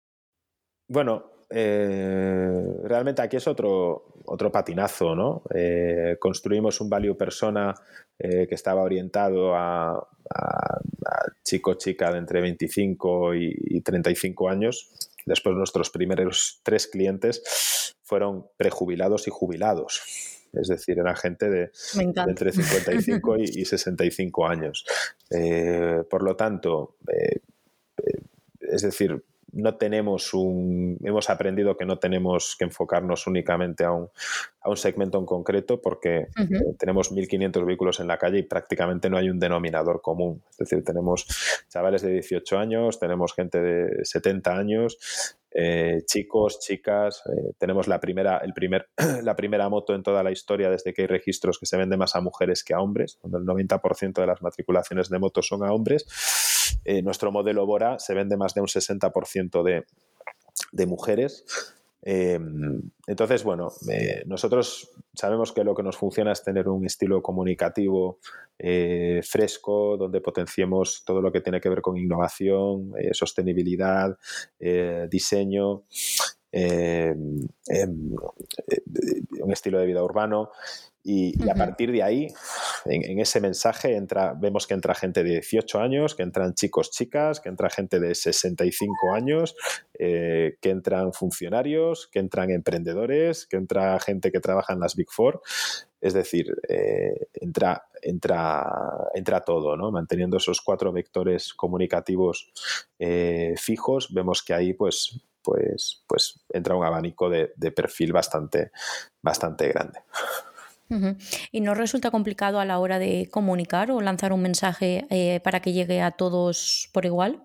Bueno, eh, realmente aquí es otro, otro patinazo, ¿no? Eh, construimos un value persona eh, que estaba orientado a, a, a chico chica de entre veinticinco y, y treinta y cinco años, Después nuestros primeros tres clientes fueron prejubilados y jubilados. Es decir, era gente de, de entre cincuenta y cinco y, y sesenta y cinco años. Eh, por lo tanto, eh, eh, es decir, no tenemos un... Hemos aprendido que no tenemos que enfocarnos únicamente a un, a un segmento en concreto porque uh-huh. eh, tenemos mil quinientos vehículos en la calle y prácticamente no hay un denominador común. Es decir, tenemos chavales de dieciocho años, tenemos gente de setenta años... Eh, chicos, chicas, eh, tenemos la primera, el primer, la primera moto en toda la historia desde que hay registros que se vende más a mujeres que a hombres, cuando el noventa por ciento de las matriculaciones de motos son a hombres. Eh, nuestro modelo Bora se vende más de un sesenta por ciento de, de mujeres. Eh, entonces, bueno, eh, nosotros sabemos que lo que nos funciona es tener un estilo comunicativo eh, fresco, donde potenciemos todo lo que tiene que ver con innovación, eh, sostenibilidad, eh, diseño, eh, eh, eh, un estilo de vida urbano. Y, y a partir de ahí, en, en ese mensaje, entra, vemos que entra gente de dieciocho años, que entran chicos, chicas, que entra gente de sesenta y cinco años, eh, que entran funcionarios, que entran emprendedores, que entra gente que trabaja en las Big Four. Es decir, eh, entra, entra, entra todo, ¿no? Manteniendo esos cuatro vectores comunicativos eh, fijos, vemos que ahí pues, pues, pues entra un abanico de, de perfil bastante, bastante grande. Uh-huh. ¿Y no resulta complicado a la hora de comunicar o lanzar un mensaje eh, para que llegue a todos por igual?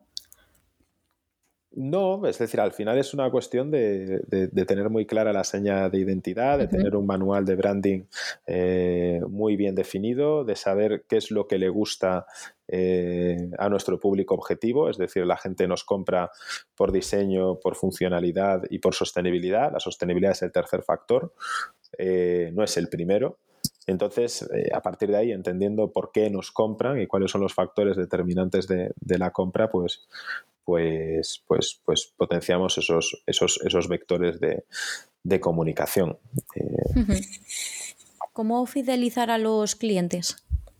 No, es decir, al final es una cuestión de, de, de tener muy clara la seña de identidad, de uh-huh. tener un manual de branding eh, muy bien definido, de saber qué es lo que le gusta eh, a nuestro público objetivo, es decir, la gente nos compra por diseño, por funcionalidad y por sostenibilidad. La sostenibilidad es el tercer factor. Eh, no es el primero. Entonces, eh, a partir de ahí, entendiendo por qué nos compran y cuáles son los factores determinantes de, de la compra, pues, pues, pues, pues potenciamos esos, esos, esos vectores de, de comunicación. Eh, ¿Cómo fidelizar a los clientes?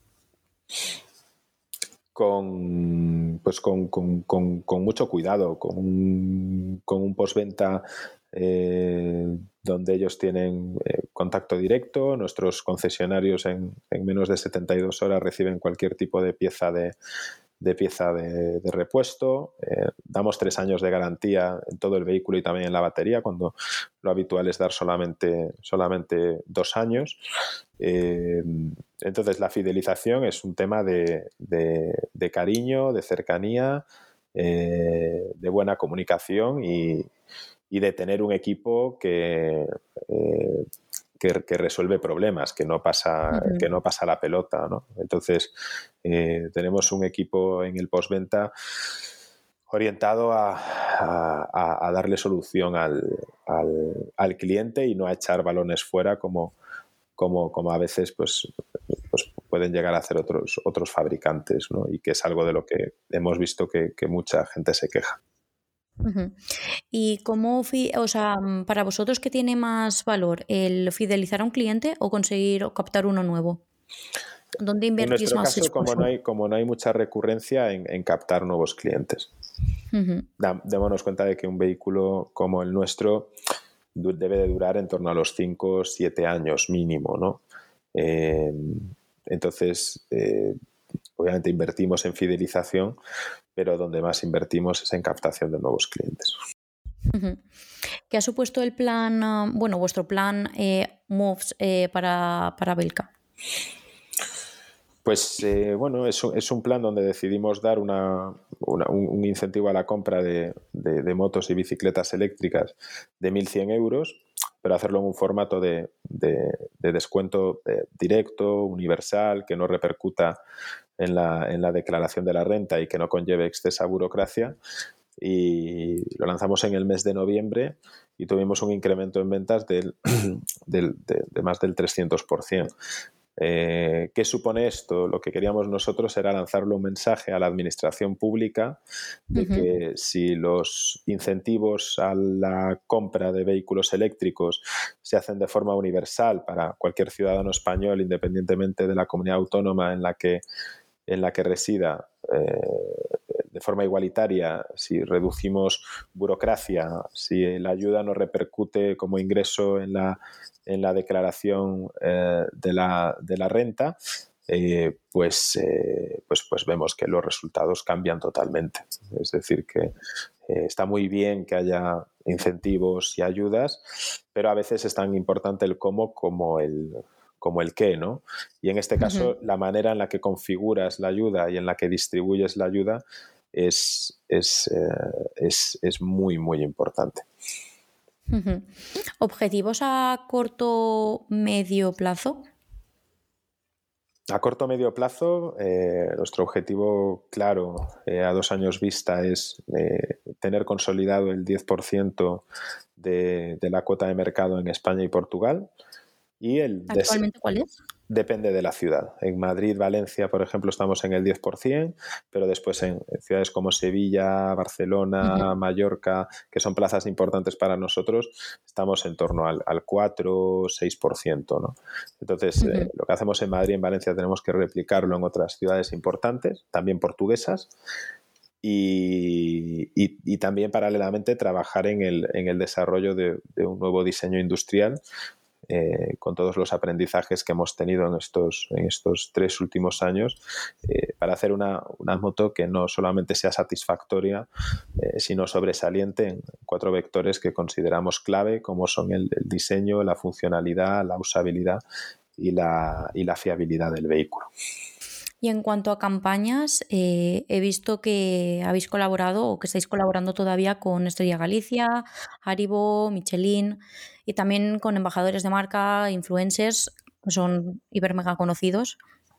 Con, pues con, con, con, con mucho cuidado, con un, con un postventa eh, donde ellos tienen eh, contacto directo. Nuestros concesionarios en, en menos de setenta y dos horas reciben cualquier tipo de pieza de, de pieza de, de repuesto. Eh, damos tres años de garantía en todo el vehículo y también en la batería, cuando lo habitual es dar solamente, solamente dos años. Eh, entonces, la fidelización es un tema de, de, de cariño, de cercanía, eh, de buena comunicación y, y de tener un equipo que, eh, que, que resuelve problemas, que no pasa, uh-huh. que no pasa la pelota, ¿no? Entonces, eh, tenemos un equipo en el postventa orientado a, a, a darle solución al, al, al cliente y no a echar balones fuera como, como, como a veces pues, pues pueden llegar a hacer otros, otros fabricantes, ¿no? Y que es algo de lo que hemos visto que, que mucha gente se queja. Uh-huh. ¿Y cómo, o sea, para vosotros qué tiene más valor, el fidelizar a un cliente o conseguir o captar uno nuevo? ¿Dónde invertís en nuestro más caso, como no hay, como no hay mucha recurrencia en, en captar nuevos clientes. Uh-huh. Démonos cuenta de que un vehículo como el nuestro debe de durar en torno a los cinco o siete años mínimo, ¿no? Eh, entonces, eh, obviamente invertimos en fidelización, pero donde más invertimos es en captación de nuevos clientes. Uh-huh. ¿Qué ha supuesto el plan, uh, bueno, vuestro plan eh, Moves eh, para, para Belka? Pues eh, bueno, es un, es un plan donde decidimos dar una, una, un, un incentivo a la compra de, de, de motos y bicicletas eléctricas de mil cien euros, pero hacerlo en un formato de, de, de descuento eh, directo, universal, que no repercuta en la, en la declaración de la renta y que no conlleve excesa burocracia. Y lo lanzamos en el mes de noviembre y tuvimos un incremento en ventas del, del, de, de más del trescientos por ciento. Eh, ¿Qué supone esto? Lo que queríamos nosotros era lanzarle un mensaje a la administración pública de uh-huh. que si los incentivos a la compra de vehículos eléctricos se hacen de forma universal para cualquier ciudadano español, independientemente de la comunidad autónoma en la que, en la que resida, eh, de, forma igualitaria, si reducimos burocracia, si la ayuda nos repercute como ingreso en la, en la declaración eh, de, la, de la renta, eh, pues, eh, pues, pues vemos que los resultados cambian totalmente. Es decir, que eh, está muy bien que haya incentivos y ayudas, pero a veces es tan importante el cómo como el, como el qué, ¿no? Y en este caso, uh-huh. la manera en la que configuras la ayuda y en la que distribuyes la ayuda es, es, eh, es, es muy, muy importante. Uh-huh. ¿Objetivos a corto, medio plazo? A corto o medio plazo, eh, nuestro objetivo claro eh, a dos años vista es eh, tener consolidado el diez por ciento de, de la cuota de mercado en España y Portugal. Y el ¿Actualmente des- cuál es? Depende de la ciudad. En Madrid, Valencia, por ejemplo, estamos en el diez por ciento, pero después en ciudades como Sevilla, Barcelona, uh-huh. Mallorca, que son plazas importantes para nosotros, estamos en torno al, al cuatro o seis por ciento, ¿no? Entonces, uh-huh. eh, lo que hacemos en Madrid y en Valencia tenemos que replicarlo en otras ciudades importantes, también portuguesas, y, y, y también paralelamente trabajar en el, en el desarrollo de, de un nuevo diseño industrial, Eh, con todos los aprendizajes que hemos tenido en estos, en estos tres últimos años, eh, para hacer una, una moto que no solamente sea satisfactoria, eh, sino sobresaliente en cuatro vectores que consideramos clave, como son el, el diseño, la funcionalidad, la usabilidad y la, y la fiabilidad del vehículo. Y en cuanto a campañas, eh, he visto que habéis colaborado o que estáis colaborando todavía con Estrella Galicia, Haribo, Michelin y también con embajadores de marca, influencers, que son hiper mega conocidos.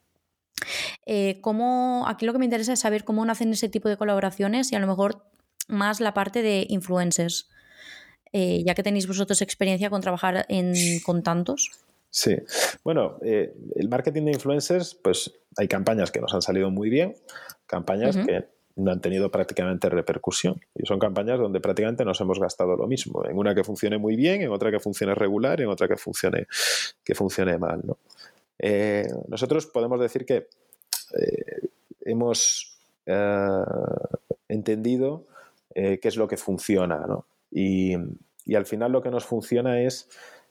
Eh, ¿cómo, aquí lo que me interesa es saber cómo nacen ese tipo de colaboraciones y a lo mejor más la parte de influencers, eh, ya que tenéis vosotros experiencia con trabajar en, con tantos. Sí, bueno, eh, el marketing de influencers, pues hay campañas que nos han salido muy bien, campañas uh-huh. que no han tenido prácticamente repercusión. Y son campañas donde prácticamente nos hemos gastado lo mismo. En una que funcione muy bien, en otra que funcione regular, en otra que funcione, que funcione mal, ¿no? Eh, nosotros podemos decir que eh, hemos eh, entendido eh, qué es lo que funciona, ¿no? Y, y al final lo que nos funciona es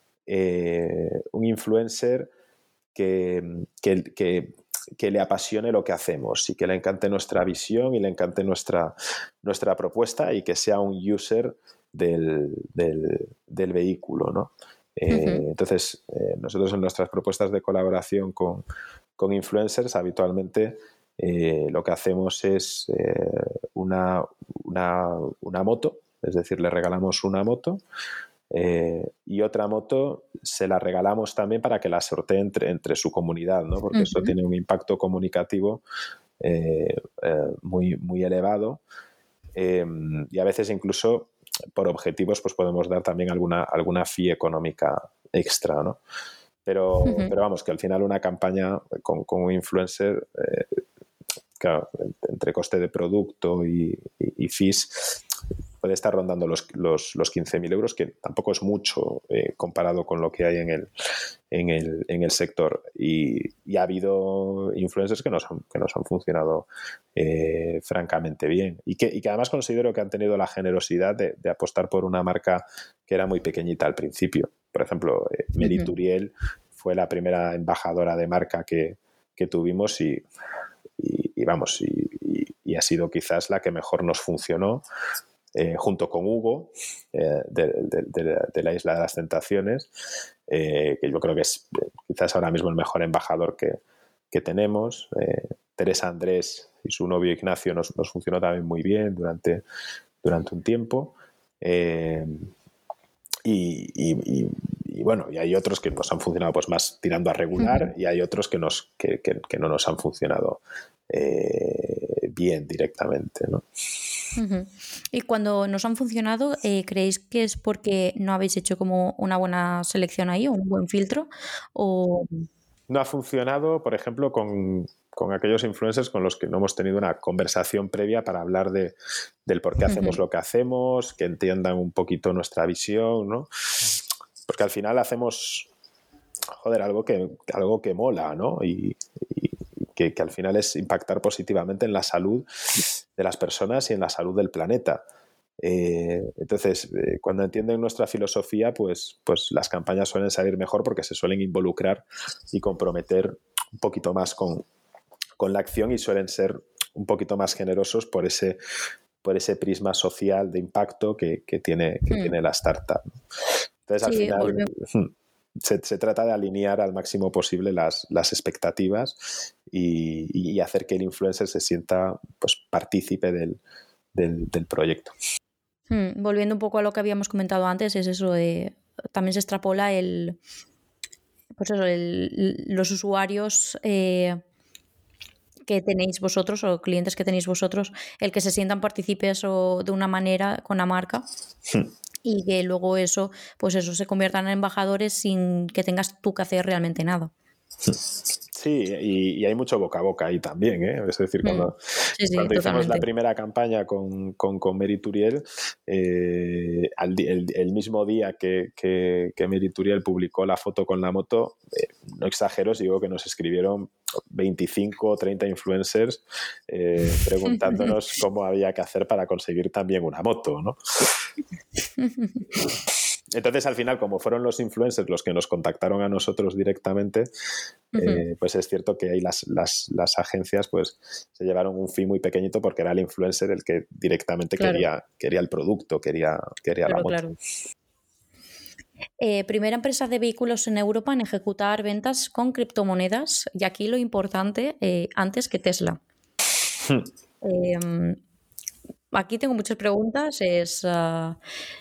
Eh, un influencer que, que, que, que le apasione lo que hacemos y que le encante nuestra visión y le encante nuestra, nuestra propuesta y que sea un user del, del, del vehículo, ¿no? Eh, uh-huh. Entonces, eh, nosotros en nuestras propuestas de colaboración con, con influencers habitualmente eh, lo que hacemos es eh, una, una, una moto, es decir, le regalamos una moto. Eh, y otra moto se la regalamos también para que la sortee entre, entre su comunidad, ¿no? Porque uh-huh. eso tiene un impacto comunicativo eh, eh, muy, muy elevado eh, y a veces incluso por objetivos pues podemos dar también alguna, alguna fee económica extra, ¿no? Pero, uh-huh. pero vamos, que al final una campaña con, con un influencer, eh, claro, entre coste de producto y, y, y fees, puede estar rondando los, los, los quince mil euros, que tampoco es mucho eh, comparado con lo que hay en el, en el, en el sector. Y, y ha habido influencers que nos han, que nos han funcionado eh, francamente bien y que, y que además considero que han tenido la generosidad de, de apostar por una marca que era muy pequeñita al principio. Por ejemplo, eh, Meli uh-huh. Turiel fue la primera embajadora de marca que, que tuvimos y, y, y vamos, y, y, y ha sido quizás la que mejor nos funcionó. Eh, junto con Hugo eh, de, de, de, de la Isla de las Tentaciones, eh, que yo creo que es eh, quizás ahora mismo el mejor embajador que, que tenemos. Eh, Teresa Andrés y su novio Ignacio nos, nos funcionó también muy bien durante, durante un tiempo. Eh, y, y, y, y bueno, y hay otros que nos han funcionado pues más tirando a regular uh-huh. y hay otros que, nos, que, que, que no nos han funcionado eh, bien directamente, ¿no? Uh-huh. Y cuando nos han funcionado, eh, ¿creéis que es porque no habéis hecho como una buena selección ahí o un buen filtro? O... No ha funcionado, por ejemplo, con, con aquellos influencers con los que no hemos tenido una conversación previa para hablar de, del por qué hacemos uh-huh. lo que hacemos, que entiendan un poquito nuestra visión, ¿no? Porque al final hacemos, joder, algo que, algo que mola, ¿no? Y, y que, que al final es impactar positivamente en la salud de las personas y en la salud del planeta. Eh, entonces, eh, cuando entienden nuestra filosofía, pues, pues las campañas suelen salir mejor porque se suelen involucrar y comprometer un poquito más con, con la acción y suelen ser un poquito más generosos por ese, por ese prisma social de impacto que, que, tiene, que hmm. tiene la startup. Entonces, sí, al final, volvemos. Se, se trata de alinear al máximo posible las, las expectativas y, y hacer que el influencer se sienta pues, partícipe del, del, del proyecto. Hmm, volviendo un poco a lo que habíamos comentado antes, es eso de, también se extrapola el, pues eso, el, los usuarios eh, que tenéis vosotros o clientes que tenéis vosotros, el que se sientan partícipes o de una manera con la marca. Hmm. Y que luego eso, pues eso se conviertan en embajadores sin que tengas tú que hacer realmente nada. Sí, y, y hay mucho boca a boca ahí también, ¿eh? Es decir, cuando, sí, sí, cuando hicimos la totalmente. primera campaña con, con, con Merituriel, eh, al, el, el mismo día que, que, que Merituriel publicó la foto con la moto, eh, no exagero si digo que nos escribieron veinticinco o treinta influencers eh, preguntándonos cómo había que hacer para conseguir también una moto, ¿no? Entonces, al final, como fueron los influencers los que nos contactaron a nosotros directamente, uh-huh. eh, pues es cierto que ahí las, las, las agencias pues se llevaron un fee muy pequeñito porque era el influencer el que directamente claro. quería, quería el producto, quería, quería claro, la moto. Claro. Eh, primera empresa de vehículos en Europa en ejecutar ventas con criptomonedas, y aquí lo importante, eh, antes que Tesla. Hmm. Eh, aquí tengo muchas preguntas, es... Uh,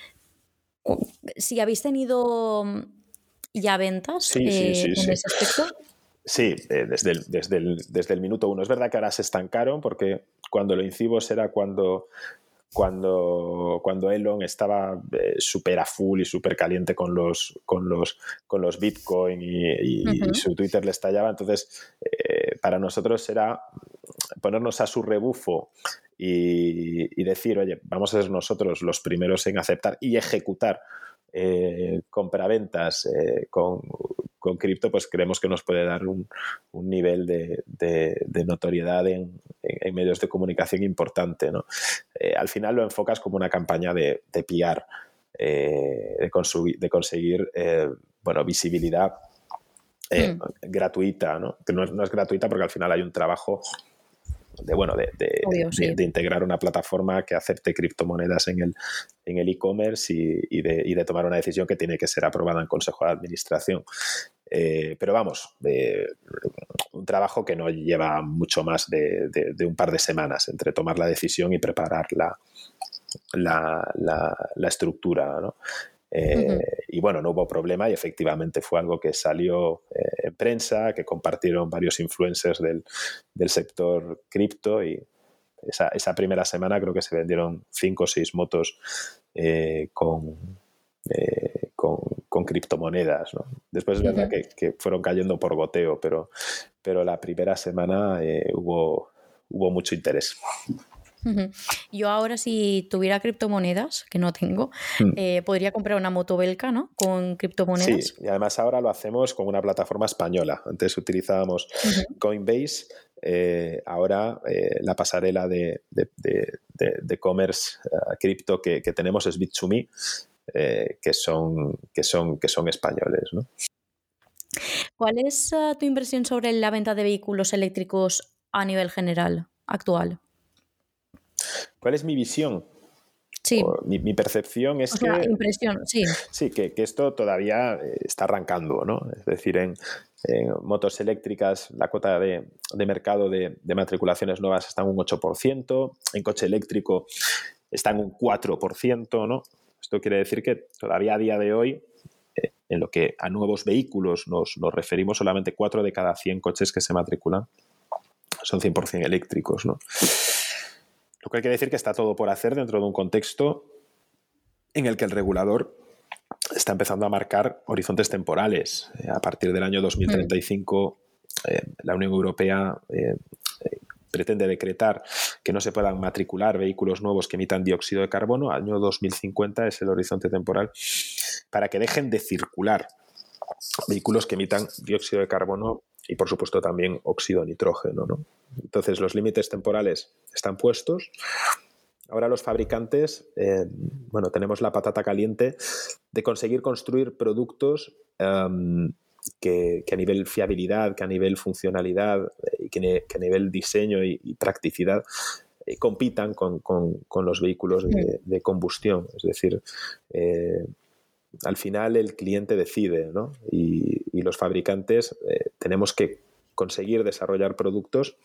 si habéis tenido ya ventas sí, eh, sí, sí, en sí. ese aspecto. Sí, eh, desde, el, desde, el, desde el minuto uno. Es verdad que ahora se estancaron porque cuando lo hicimos era cuando, cuando, cuando Elon estaba eh, súper a full y súper caliente con los, con los, con los Bitcoin y, y, uh-huh. y su Twitter le estallaba. Entonces, eh, para nosotros era ponernos a su rebufo y, y decir, oye, vamos a ser nosotros los primeros en aceptar y ejecutar eh, compraventas eh, con, con cripto, pues creemos que nos puede dar un, un nivel de, de, de notoriedad en, en, en medios de comunicación importante, ¿no? Eh, al final lo enfocas como una campaña de, de P R, eh, de, consumir, de conseguir eh, bueno, visibilidad eh, mm. gratuita, ¿no? Que no es, no es gratuita porque al final hay un trabajo de, bueno, de, de, Obvio, sí. de, de integrar una plataforma que acepte criptomonedas en el en el e-commerce y, y, de, y de tomar una decisión que tiene que ser aprobada en Consejo de Administración. Eh, pero vamos, eh, un trabajo que no lleva mucho más de, de, de un par de semanas entre tomar la decisión y preparar la, la, la, la estructura, ¿no? Eh, uh-huh. Y bueno, no hubo problema y efectivamente fue algo que salió eh, en prensa, que compartieron varios influencers del, del sector cripto y esa, esa primera semana creo que se vendieron cinco o seis motos eh, con, eh, con, con criptomonedas, ¿no? Después es uh-huh. verdad que, que fueron cayendo por goteo, pero, pero la primera semana eh, hubo, hubo mucho interés. Uh-huh. Yo ahora si tuviera criptomonedas, que no tengo, hmm. eh, podría comprar una moto Belka, ¿no? Con criptomonedas. Sí, y además ahora lo hacemos con una plataforma española. Antes utilizábamos uh-huh. Coinbase, eh, ahora eh, la pasarela de, de, de, de, de commerce uh, cripto que, que tenemos es Bit to Me, eh, que, son, que, son, que son españoles, ¿no? ¿Cuál es uh, tu impresión sobre la venta de vehículos eléctricos a nivel general, actual? ¿Cuál es mi visión? Sí. O mi, mi percepción es o sea, que... impresión, sí. Sí, que, que esto todavía está arrancando, ¿no? Es decir, en, en motos eléctricas la cuota de, de mercado de, de matriculaciones nuevas está en un ocho por ciento, en coche eléctrico está en un cuatro por ciento, ¿no? Esto quiere decir que todavía a día de hoy, eh, en lo que a nuevos vehículos nos, nos referimos, solamente cuatro de cada cien coches que se matriculan son cien por ciento eléctricos, ¿no? Lo cual quiere decir que está todo por hacer dentro de un contexto en el que el regulador está empezando a marcar horizontes temporales. Eh, a partir del año dos mil treinta y cinco, eh, la Unión Europea eh, eh, pretende decretar que no se puedan matricular vehículos nuevos que emitan dióxido de carbono. Año dos mil cincuenta es el horizonte temporal para que dejen de circular vehículos que emitan dióxido de carbono y por supuesto también óxido de nitrógeno, ¿no? Entonces los límites temporales están puestos. Ahora los fabricantes, eh, bueno, tenemos la patata caliente de conseguir construir productos um, que, que a nivel fiabilidad, que a nivel funcionalidad, eh, que, que a nivel diseño y, y practicidad eh, compitan con, con, con los vehículos de, de combustión. Es decir, eh, al final el cliente decide, ¿no? Y, y los fabricantes eh, tenemos que conseguir desarrollar productos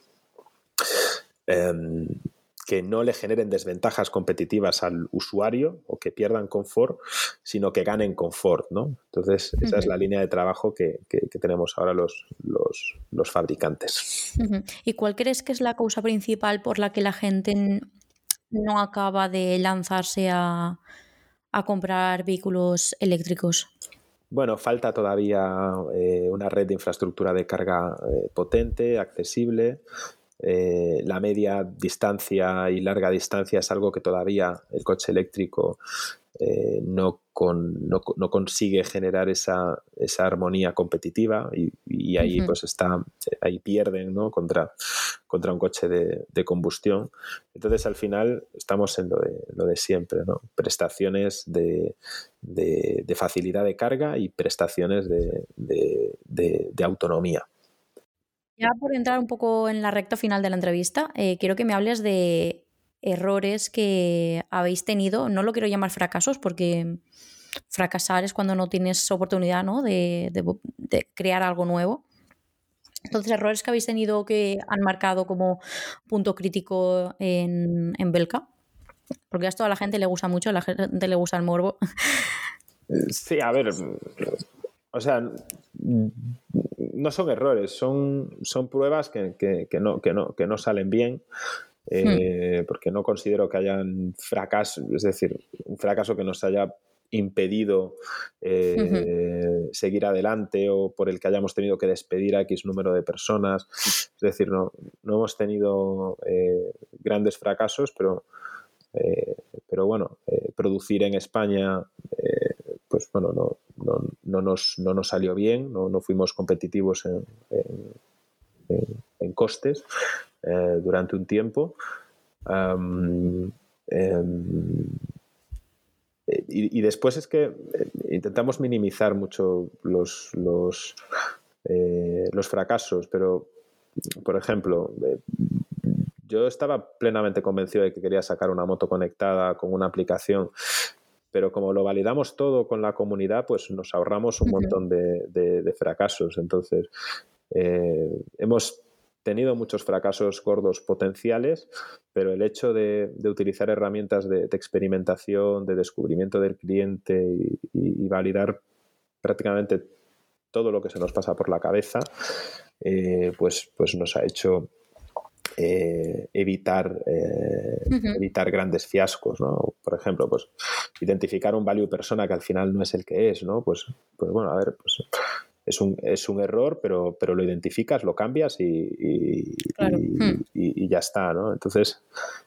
eh, que no le generen desventajas competitivas al usuario o que pierdan confort, sino que ganen confort, ¿no? Entonces, esa uh-huh. es la línea de trabajo que, que, que tenemos ahora los, los, los fabricantes. Uh-huh. ¿Y cuál crees que es la causa principal por la que la gente no acaba de lanzarse a, a comprar vehículos eléctricos? Bueno, falta todavía eh, una red de infraestructura de carga eh, potente, accesible. Eh, la media distancia y larga distancia es algo que todavía el coche eléctrico eh, no, con, no, no consigue generar esa, esa armonía competitiva y, y ahí uh-huh. pues está, ahí pierden, ¿no? contra, contra un coche de, de combustión. Entonces al final estamos en lo de, lo de siempre, ¿no? Prestaciones de, de, de facilidad de carga y prestaciones de, de, de, de autonomía. Ya por entrar un poco en la recta final de la entrevista, eh, quiero que me hables de errores que habéis tenido. No lo quiero llamar fracasos porque fracasar es cuando no tienes oportunidad, ¿no? de, de, de crear algo nuevo. Entonces, errores que habéis tenido que han marcado como punto crítico en, en Belka. Porque a esto a la gente le gusta mucho, a la gente le gusta el morbo. Sí, a ver, o sea, no son errores, son, son pruebas que, que, que, no, que, no, que no salen bien, eh, hmm. porque no considero que hayan fracaso, es decir, un fracaso que nos haya impedido eh, uh-huh. seguir adelante o por el que hayamos tenido que despedir a X número de personas. Es decir, no, no hemos tenido eh, grandes fracasos, pero, eh, pero bueno, eh, producir en España eh, pues bueno, no, no, no, nos, no nos salió bien, no, no fuimos competitivos en, en, en, en costes eh, durante un tiempo. Um, um, y, y después es que intentamos minimizar mucho los, los, eh, los fracasos, pero, por ejemplo, eh, yo estaba plenamente convencido de que quería sacar una moto conectada con una aplicación, pero como lo validamos todo con la comunidad, pues nos ahorramos un uh-huh. montón de, de, de fracasos. Entonces, eh, hemos tenido muchos fracasos gordos potenciales, pero el hecho de, de utilizar herramientas de, de experimentación, de descubrimiento del cliente y, y, y validar prácticamente todo lo que se nos pasa por la cabeza, eh, pues, pues nos ha hecho Eh, evitar, eh, uh-huh. evitar grandes fiascos, ¿no? Por ejemplo, pues identificar un value persona que al final no es el que es, ¿no? Pues, pues bueno, a ver, pues es un, es un error, pero, pero lo identificas, lo cambias y, y, claro. y, hmm. y, y ya está, ¿no? Entonces,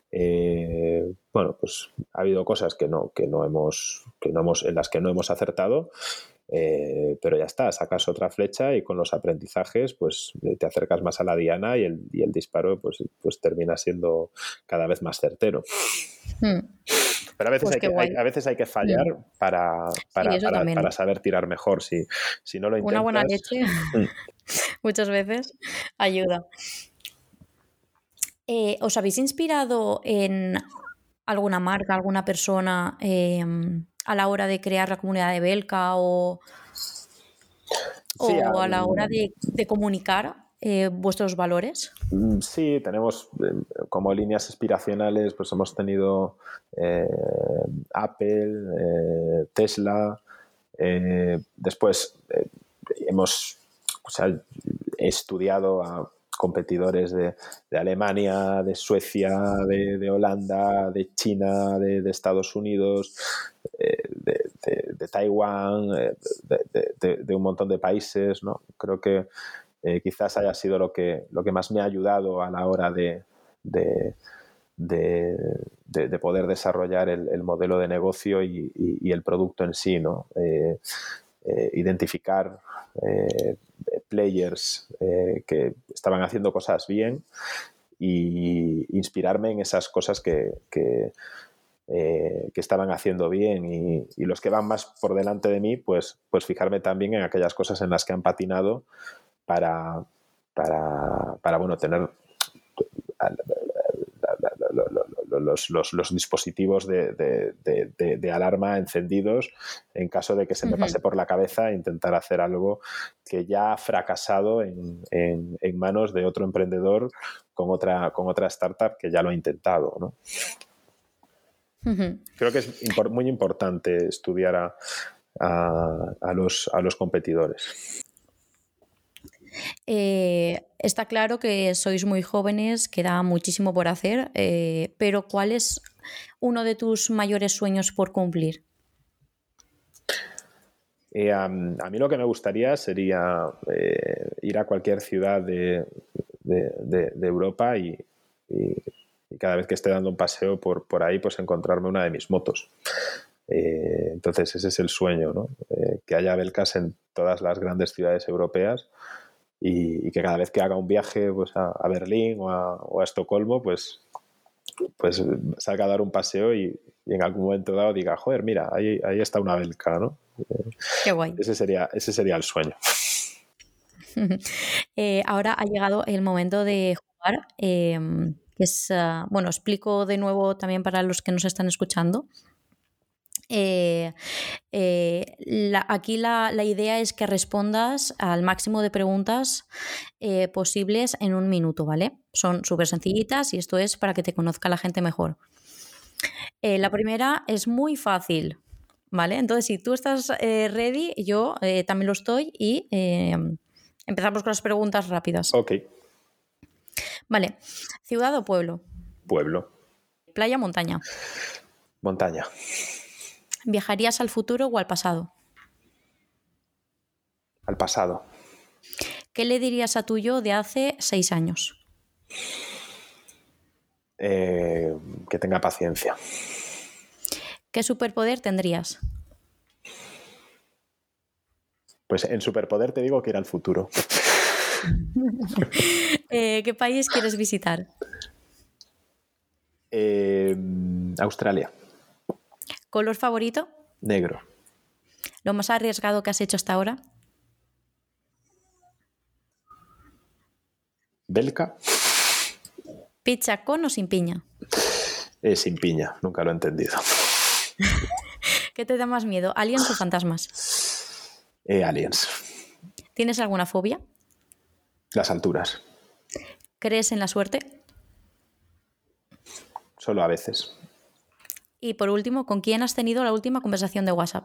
eh, bueno, pues ha habido cosas que no, que no hemos, que no hemos, en las que no hemos acertado. Eh, pero ya está, sacas otra flecha y con los aprendizajes pues te acercas más a la diana y el, y el disparo pues, pues termina siendo cada vez más certero. Hmm. Pero a veces, pues hay que, hay, a veces hay que fallar hmm. para, para, sí, para, también, para ¿eh? saber tirar mejor. Si, si no lo intentas... Una buena leche muchas veces ayuda. Eh, ¿Os habéis inspirado en alguna marca, alguna persona eh, a la hora de crear la comunidad de Belka o, sí, o a la hora de, de comunicar eh, vuestros valores? Sí, tenemos eh, como líneas inspiracionales, pues hemos tenido eh, Apple, eh, Tesla, eh, después eh, hemos o sea, he estudiado a competidores de, de Alemania, de Suecia, de, de Holanda, de China, de, de Estados Unidos, eh, de, de, de Taiwán, eh, de, de, de un montón de países, ¿no? Creo que eh, quizás haya sido lo que, lo que más me ha ayudado a la hora de, de, de, de, de poder desarrollar el, el modelo de negocio y, y, y el producto en sí, ¿no? Eh, eh, identificar eh, players eh, que estaban haciendo cosas bien y inspirarme en esas cosas que, que, eh, que estaban haciendo bien y, y los que van más por delante de mí, pues, pues fijarme también en aquellas cosas en las que han patinado para, para, para bueno, tener Los, los, los dispositivos de, de, de, de, de alarma encendidos en caso de que se me pase por la cabeza intentar hacer algo que ya ha fracasado en, en, en manos de otro emprendedor con otra, con otra startup que ya lo ha intentado, ¿no? Uh-huh. Creo que es impor- muy importante estudiar a, a, a, los, a los competidores. Eh, está claro que sois muy jóvenes, queda muchísimo por hacer, eh, pero ¿cuál es uno de tus mayores sueños por cumplir? Eh, a, a mí lo que me gustaría sería eh, ir a cualquier ciudad de, de, de, de Europa y, y, y cada vez que esté dando un paseo por, por ahí, pues encontrarme una de mis motos. Eh, entonces ese es el sueño, ¿no? Eh, que haya Belkas en todas las grandes ciudades europeas y, y que cada vez que haga un viaje pues, a, a Berlín o a, o a Estocolmo, pues, pues salga a dar un paseo y, y en algún momento dado diga, joder, mira, ahí, ahí está una Belka, ¿no? Qué guay. Ese sería, ese sería el sueño. eh, ahora ha llegado el momento de jugar, eh, que es, uh, bueno, explico de nuevo también para los que nos están escuchando. Eh, eh, la, aquí la, la idea es que respondas al máximo de preguntas eh, posibles en un minuto, ¿vale? Son súper sencillitas y esto es para que te conozca la gente mejor. Eh, la primera es muy fácil, ¿vale? Entonces, si tú estás eh, ready, yo eh, también lo estoy y eh, empezamos con las preguntas rápidas. Ok. Vale. ¿Ciudad o pueblo? Pueblo. ¿Playa o montaña? Montaña. ¿Viajarías al futuro o al pasado? Al pasado. ¿Qué le dirías a tu yo de hace seis años? Eh, que tenga paciencia. ¿Qué superpoder tendrías? Pues en superpoder te digo que ir al futuro. eh, ¿Qué país quieres visitar? Eh, Australia. ¿Color favorito? Negro. ¿Lo más arriesgado que has hecho hasta ahora? Belka. ¿Pizza con o sin piña? Eh, sin piña, nunca lo he entendido. ¿Qué te da más miedo, aliens o fantasmas? Eh, aliens. ¿Tienes alguna fobia? Las alturas. ¿Crees en la suerte? Solo a veces. Y por último, ¿con quién has tenido la última conversación de WhatsApp?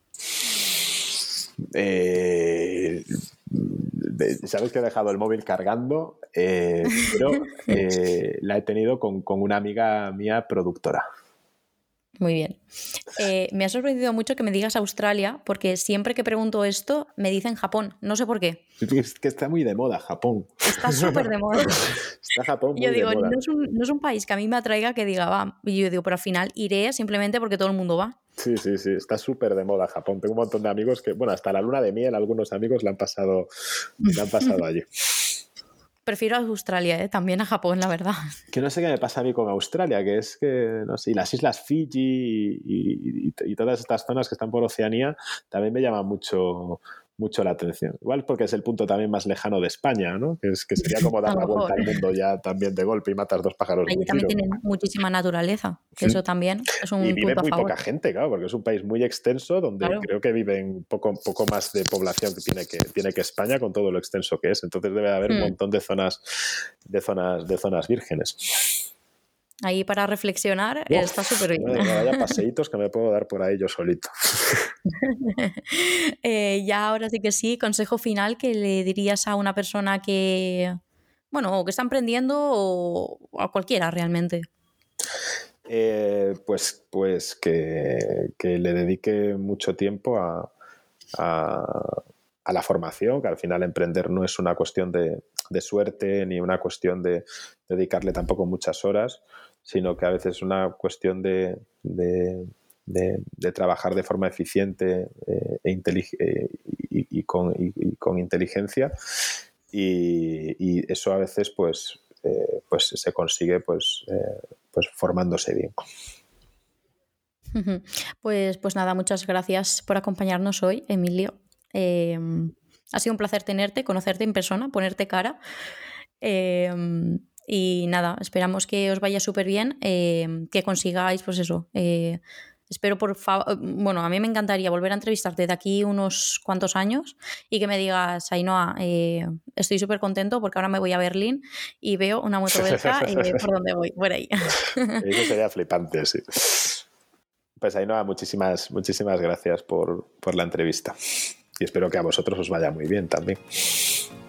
Eh, Sabes que he dejado el móvil cargando, eh, pero eh, la he tenido con, con una amiga mía productora. Muy bien. Eh, me ha sorprendido mucho que me digas Australia, porque siempre que pregunto esto me dicen Japón. No sé por qué. Es que está muy de moda Japón. Está súper de moda. Está Japón muy yo digo, de moda. No es, un, no es un país que a mí me atraiga que diga, va. Y yo digo, pero al final iré simplemente porque todo el mundo va. Sí, sí, sí. Está súper de moda Japón. Tengo un montón de amigos que, bueno, hasta la luna de miel, algunos amigos la han pasado, la han pasado allí. Prefiero a Australia, ¿eh? También a Japón, la verdad. Que no sé qué me pasa a mí con Australia, que es que, no sé, y las islas Fiji y, y, y, y todas estas zonas que están por Oceanía también me llaman mucho, mucho la atención. Igual porque es el punto también más lejano de España, ¿no? Que, es, que sería como dar la vuelta al mundo ya también de golpe y matas dos pájaros de un tiro. Allí también tienen muchísima naturaleza, que eso también es un y vive punto a muy favor. Poca gente, claro, porque es un país muy extenso donde claro. creo que viven poco, poco más de población que tiene, que tiene que España con todo lo extenso que es. Entonces debe de haber hmm. un montón de zonas, de zonas, de zonas vírgenes. Ahí para reflexionar Uf, está súper bien. Vaya paseitos que me puedo dar por ahí yo solito. eh, ya ahora sí que sí, consejo final que le dirías a una persona que, bueno, que está emprendiendo o a cualquiera realmente. Eh, pues pues que, que le dedique mucho tiempo a, a, a la formación, que al final emprender no es una cuestión de, de suerte ni una cuestión de dedicarle tampoco muchas horas, sino que a veces es una cuestión de, de, de, de trabajar de forma eficiente eh, e intelig- eh, y, y, con, y, y con inteligencia, y, y eso a veces pues, eh, pues se consigue pues, eh, pues formándose bien. Pues, pues nada, muchas gracias por acompañarnos hoy, Emilio. Eh, ha sido un placer tenerte, conocerte en persona, ponerte cara. Eh, y nada, esperamos que os vaya súper bien, eh, que consigáis, pues eso. Eh, espero por favor, bueno, a mí me encantaría volver a entrevistarte de aquí unos cuantos años y que me digas, Ainhoa, eh, estoy súper contento porque ahora me voy a Berlín y veo una moto belga eh, por donde voy, por ahí. Eso sería flipante, sí. Pues Ainhoa, muchísimas, muchísimas gracias por, por la entrevista y espero que a vosotros os vaya muy bien también.